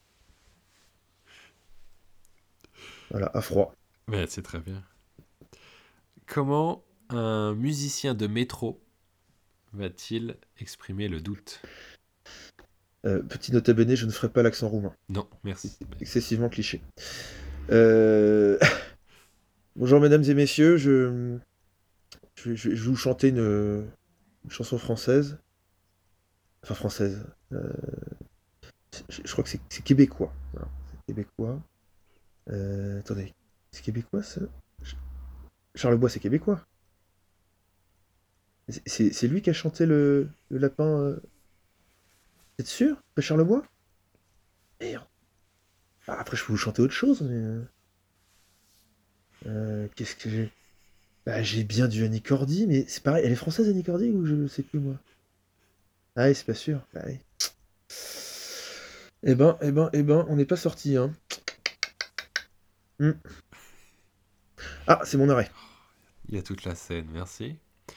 Voilà, à froid.
Ouais, c'est très bien. Comment un musicien de métro va-t-il exprimer le doute?
Petit nota bene, je ne ferai pas l'accent roumain.
Non,
C'est
merci.
excessivement cliché. Euh, Bonjour, mesdames et messieurs. Je vais vous chanter une chanson française. Enfin, française. Euh, je crois que c'est québécois. Voilà, c'est québécois. Attendez. C'est québécois, ça? Charlebois, c'est québécois. C'est lui qui a chanté le lapin. T'es sûr? Pas Charlebois? Merde. Ah, après, je peux vous chanter autre chose, mais. Qu'est-ce que j'ai? Bah, j'ai bien du Annie Cordy, mais c'est pareil. Elle est française, Annie Cordy, ou je sais plus, moi? Ah, ouais, c'est pas sûr. Bah, ouais. Eh ben, on n'est pas sorti, hein. Hmm. Ah, c'est mon arrêt.
Il y a toute la scène, merci.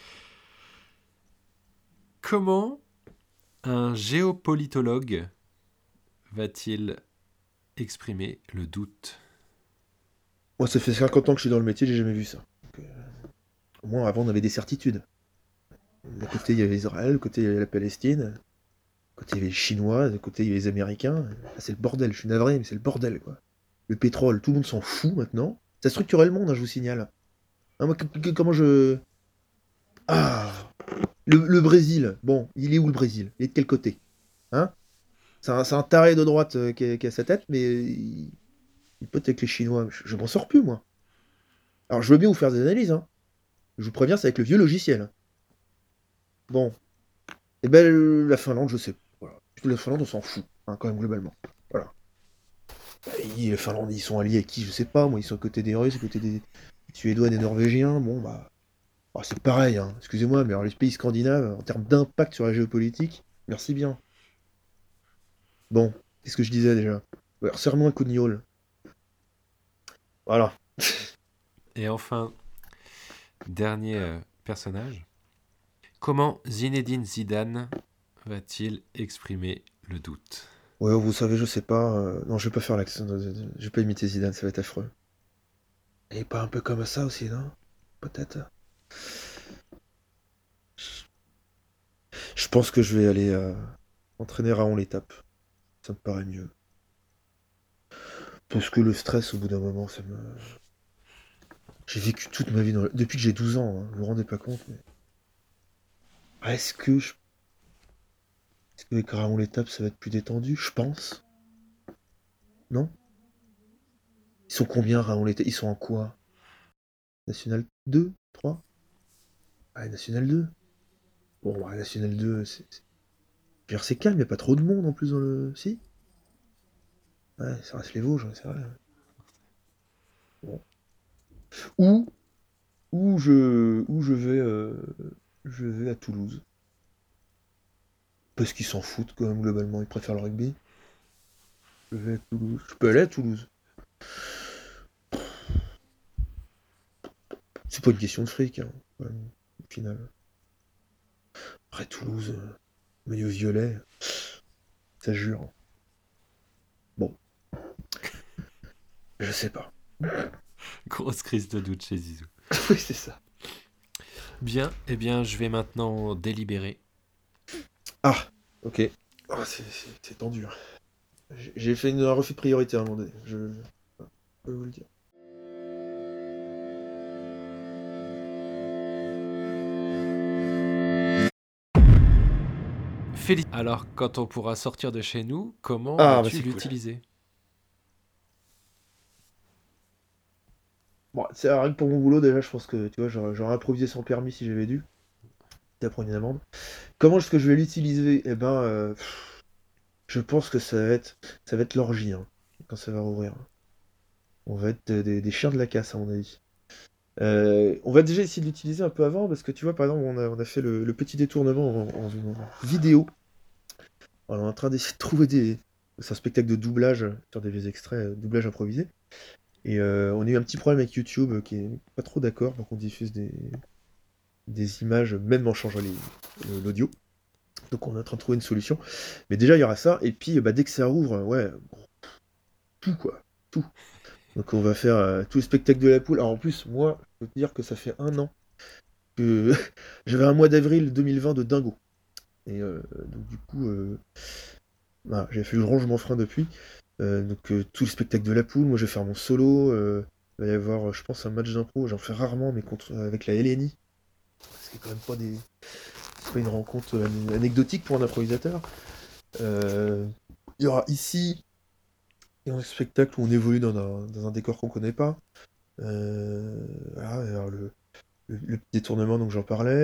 Comment un géopolitologue va-t-il exprimer le doute?
Moi, ça fait 50 ans que je suis dans le métier, j'ai jamais vu ça. Donc, au moins, avant, on avait des certitudes. D'un côté, il y avait Israël, de côté, il y avait la Palestine, de côté, il y avait les Chinois, de côté, il y avait les Américains. Là, c'est le bordel, je suis navré, mais c'est le bordel, quoi. Le pétrole, tout le monde s'en fout maintenant. Ça structurait le monde, hein, je vous signale. Hein, moi, comment je... Ah, le Brésil, bon, il est où le Brésil? Il est de quel côté? Hein? C'est un taré de droite qui a sa tête, mais il pote avec les Chinois. Je m'en sors plus, moi. Alors, je veux bien vous faire des analyses, hein. Je vous préviens, c'est avec le vieux logiciel. Bon, et ben la Finlande, je sais. Voilà. La Finlande, on s'en fout, hein, quand même, globalement. Voilà. Et les Finlandais, ils sont alliés avec qui? Je sais pas, moi, ils sont à côté des Russes, à côté des Suédois, des Norvégiens. Bon, bah, c'est pareil, hein. Excusez-moi, mais alors, les pays scandinaves, en termes d'impact sur la géopolitique, merci bien. Bon, qu'est-ce que je disais déjà? Ouais, serre-moi un coup de gnôle. Voilà.
Et enfin, dernier personnage. Comment Zinedine Zidane va-t-il exprimer le doute?
Ouais, vous savez, je sais pas. Non, je vais pas faire l'accent. Je vais pas imiter Zidane, ça va être affreux. Et pas un peu comme ça aussi, non? Peut-être. Je pense que je vais aller entraîner Raon l'étape. Ça me paraît mieux. Parce que le stress, au bout d'un moment, ça me. J'ai vécu toute ma vie depuis que j'ai 12 ans, hein, vous vous rendez pas compte, mais. Ah, est-ce que avec Raon l'étape, ça va être plus détendu? Je pense. Non? Ils sont combien, Raon l'étape? Ils sont en quoi? National 2? 3? Ah, National 2. Bon, bah, National 2, je veux dire, c'est calme, y a pas trop de monde en plus dans le. Si? Ouais, ça reste les Vosges, ouais, c'est vrai. Bon. Ou, ou je vais à Toulouse. Parce qu'ils s'en foutent quand même globalement, ils préfèrent le rugby. Je vais à Toulouse. Je peux aller à Toulouse. C'est pas une question de fric, hein, quand même, au final. Après Toulouse, maillot violet, ça jure. Bon, je sais pas.
Grosse crise de doute chez Zizou.
Oui, c'est ça.
Bien, eh bien, je vais maintenant délibérer.
Ah, ok. Ah, c'est tendu, hein. J'ai fait un refus de priorité à un moment donné. Je peux vous le dire.
Alors, quand on pourra sortir de chez nous, comment
Ah, bah
vas-tu
c'est cool.
l'utiliser?
Bon, c'est rien que pour mon boulot, déjà, je pense que tu vois, j'aurais improvisé sans permis si j'avais dû. T'as pris une amende. Comment est-ce que je vais l'utiliser? Eh ben, je pense que ça va être l'orgie, hein, quand ça va rouvrir. On va être des chiens de la casse, à mon avis. On va déjà essayer de l'utiliser un peu avant, parce que tu vois, par exemple, on a fait le petit détournement en vidéo. On est en train d'essayer de trouver des. C'est un spectacle de doublage, sur des vieux extraits, doublage improvisé. Et on a eu un petit problème avec YouTube qui est pas trop d'accord pour qu'on diffuse des images, même en changeant l'audio. Donc on est en train de trouver une solution. Mais déjà, il y aura ça. Et puis, bah, dès que ça rouvre, ouais, tout quoi. Tout. Donc on va faire tous les spectacles de la poule. Alors en plus, moi, je peux te dire que ça fait 1 an que j'avais un mois d'avril 2020 de dingo. Et donc du coup, voilà, j'ai fait le range mon frein depuis. Donc tous les spectacles de la poule, moi je vais faire mon solo. Il va y avoir, je pense, un match d'impro. J'en fais rarement, mais avec la LNI. C'est quand même pas c'est pas une rencontre anecdotique pour un improvisateur. Il y aura ici un spectacle où on évolue dans un décor qu'on connaît pas. Voilà, alors le petit détournement, donc j'en parlais.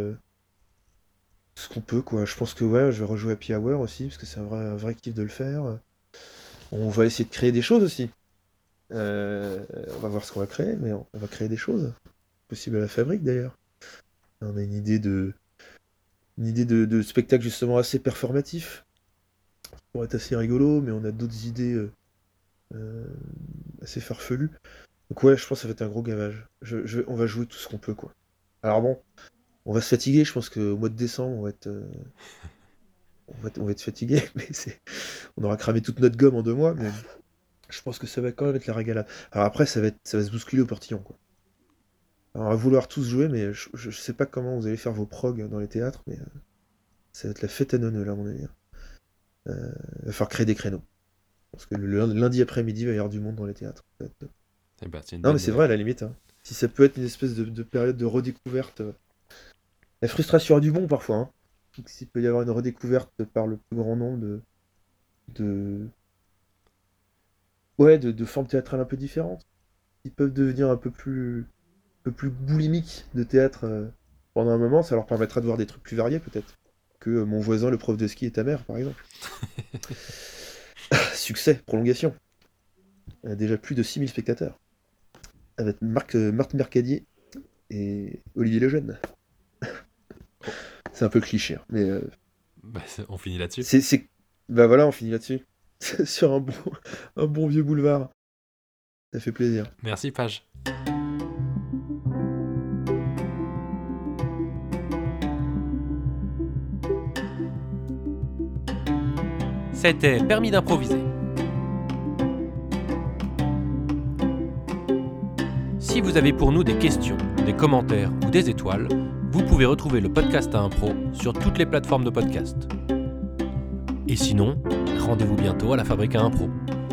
Ce qu'on peut, quoi. Je pense que ouais, je vais rejouer Happy Hour aussi, parce que c'est un vrai kiff de le faire. On va essayer de créer des choses aussi. On va voir ce qu'on va créer, mais on va créer des choses. Possible à la fabrique d'ailleurs. On a une idée de spectacle justement assez performatif. Ça pourrait être assez rigolo, mais on a d'autres idées euh, assez farfelues. Donc ouais, je pense que ça va être un gros gavage. On va jouer tout ce qu'on peut, quoi. Alors bon, on va se fatiguer, je pense qu'au mois de décembre, on va être fatigué, mais on aura cramé toute notre gomme en 2 mois, mais je pense que ça va quand même être la régalade. Alors après, ça va se bousculer au portillon, quoi. Alors, on va vouloir tous jouer, mais je sais pas comment vous allez faire vos progs dans les théâtres, mais ça va être la fête à neuneux, là, à mon avis. Il va falloir créer des créneaux. Parce que le lundi après-midi, il va y avoir du monde dans les théâtres. Ça va être top.
Eh ben, c'est une
Non, mais
bonne
c'est vrai,
nouvelle.
à la limite, hein. Si ça peut être une espèce de période de redécouverte. La frustration a du bon, parfois, hein. Donc, s'il peut y avoir une redécouverte par le plus grand nombre de, ouais, de formes théâtrales un peu différentes, qui peuvent devenir un peu plus boulimiques de théâtre pendant un moment, ça leur permettra de voir des trucs plus variés, peut-être. Que mon voisin, le prof de ski et ta mère, par exemple. Succès, prolongation. Déjà plus de 6000 spectateurs. Avec Marthe Mercadier et Olivier Lejeune.
Oh,
C'est un peu cliché, hein, mais
bah, on finit là-dessus.
Bah voilà, on finit là-dessus. Sur un bon vieux boulevard. Ça fait plaisir.
Merci, Page. C'était Permis d'improviser. Si vous avez pour nous des questions, des commentaires ou des étoiles, vous pouvez retrouver le podcast à impro sur toutes les plateformes de podcast. Et sinon, rendez-vous bientôt à la Fabrique à Impro.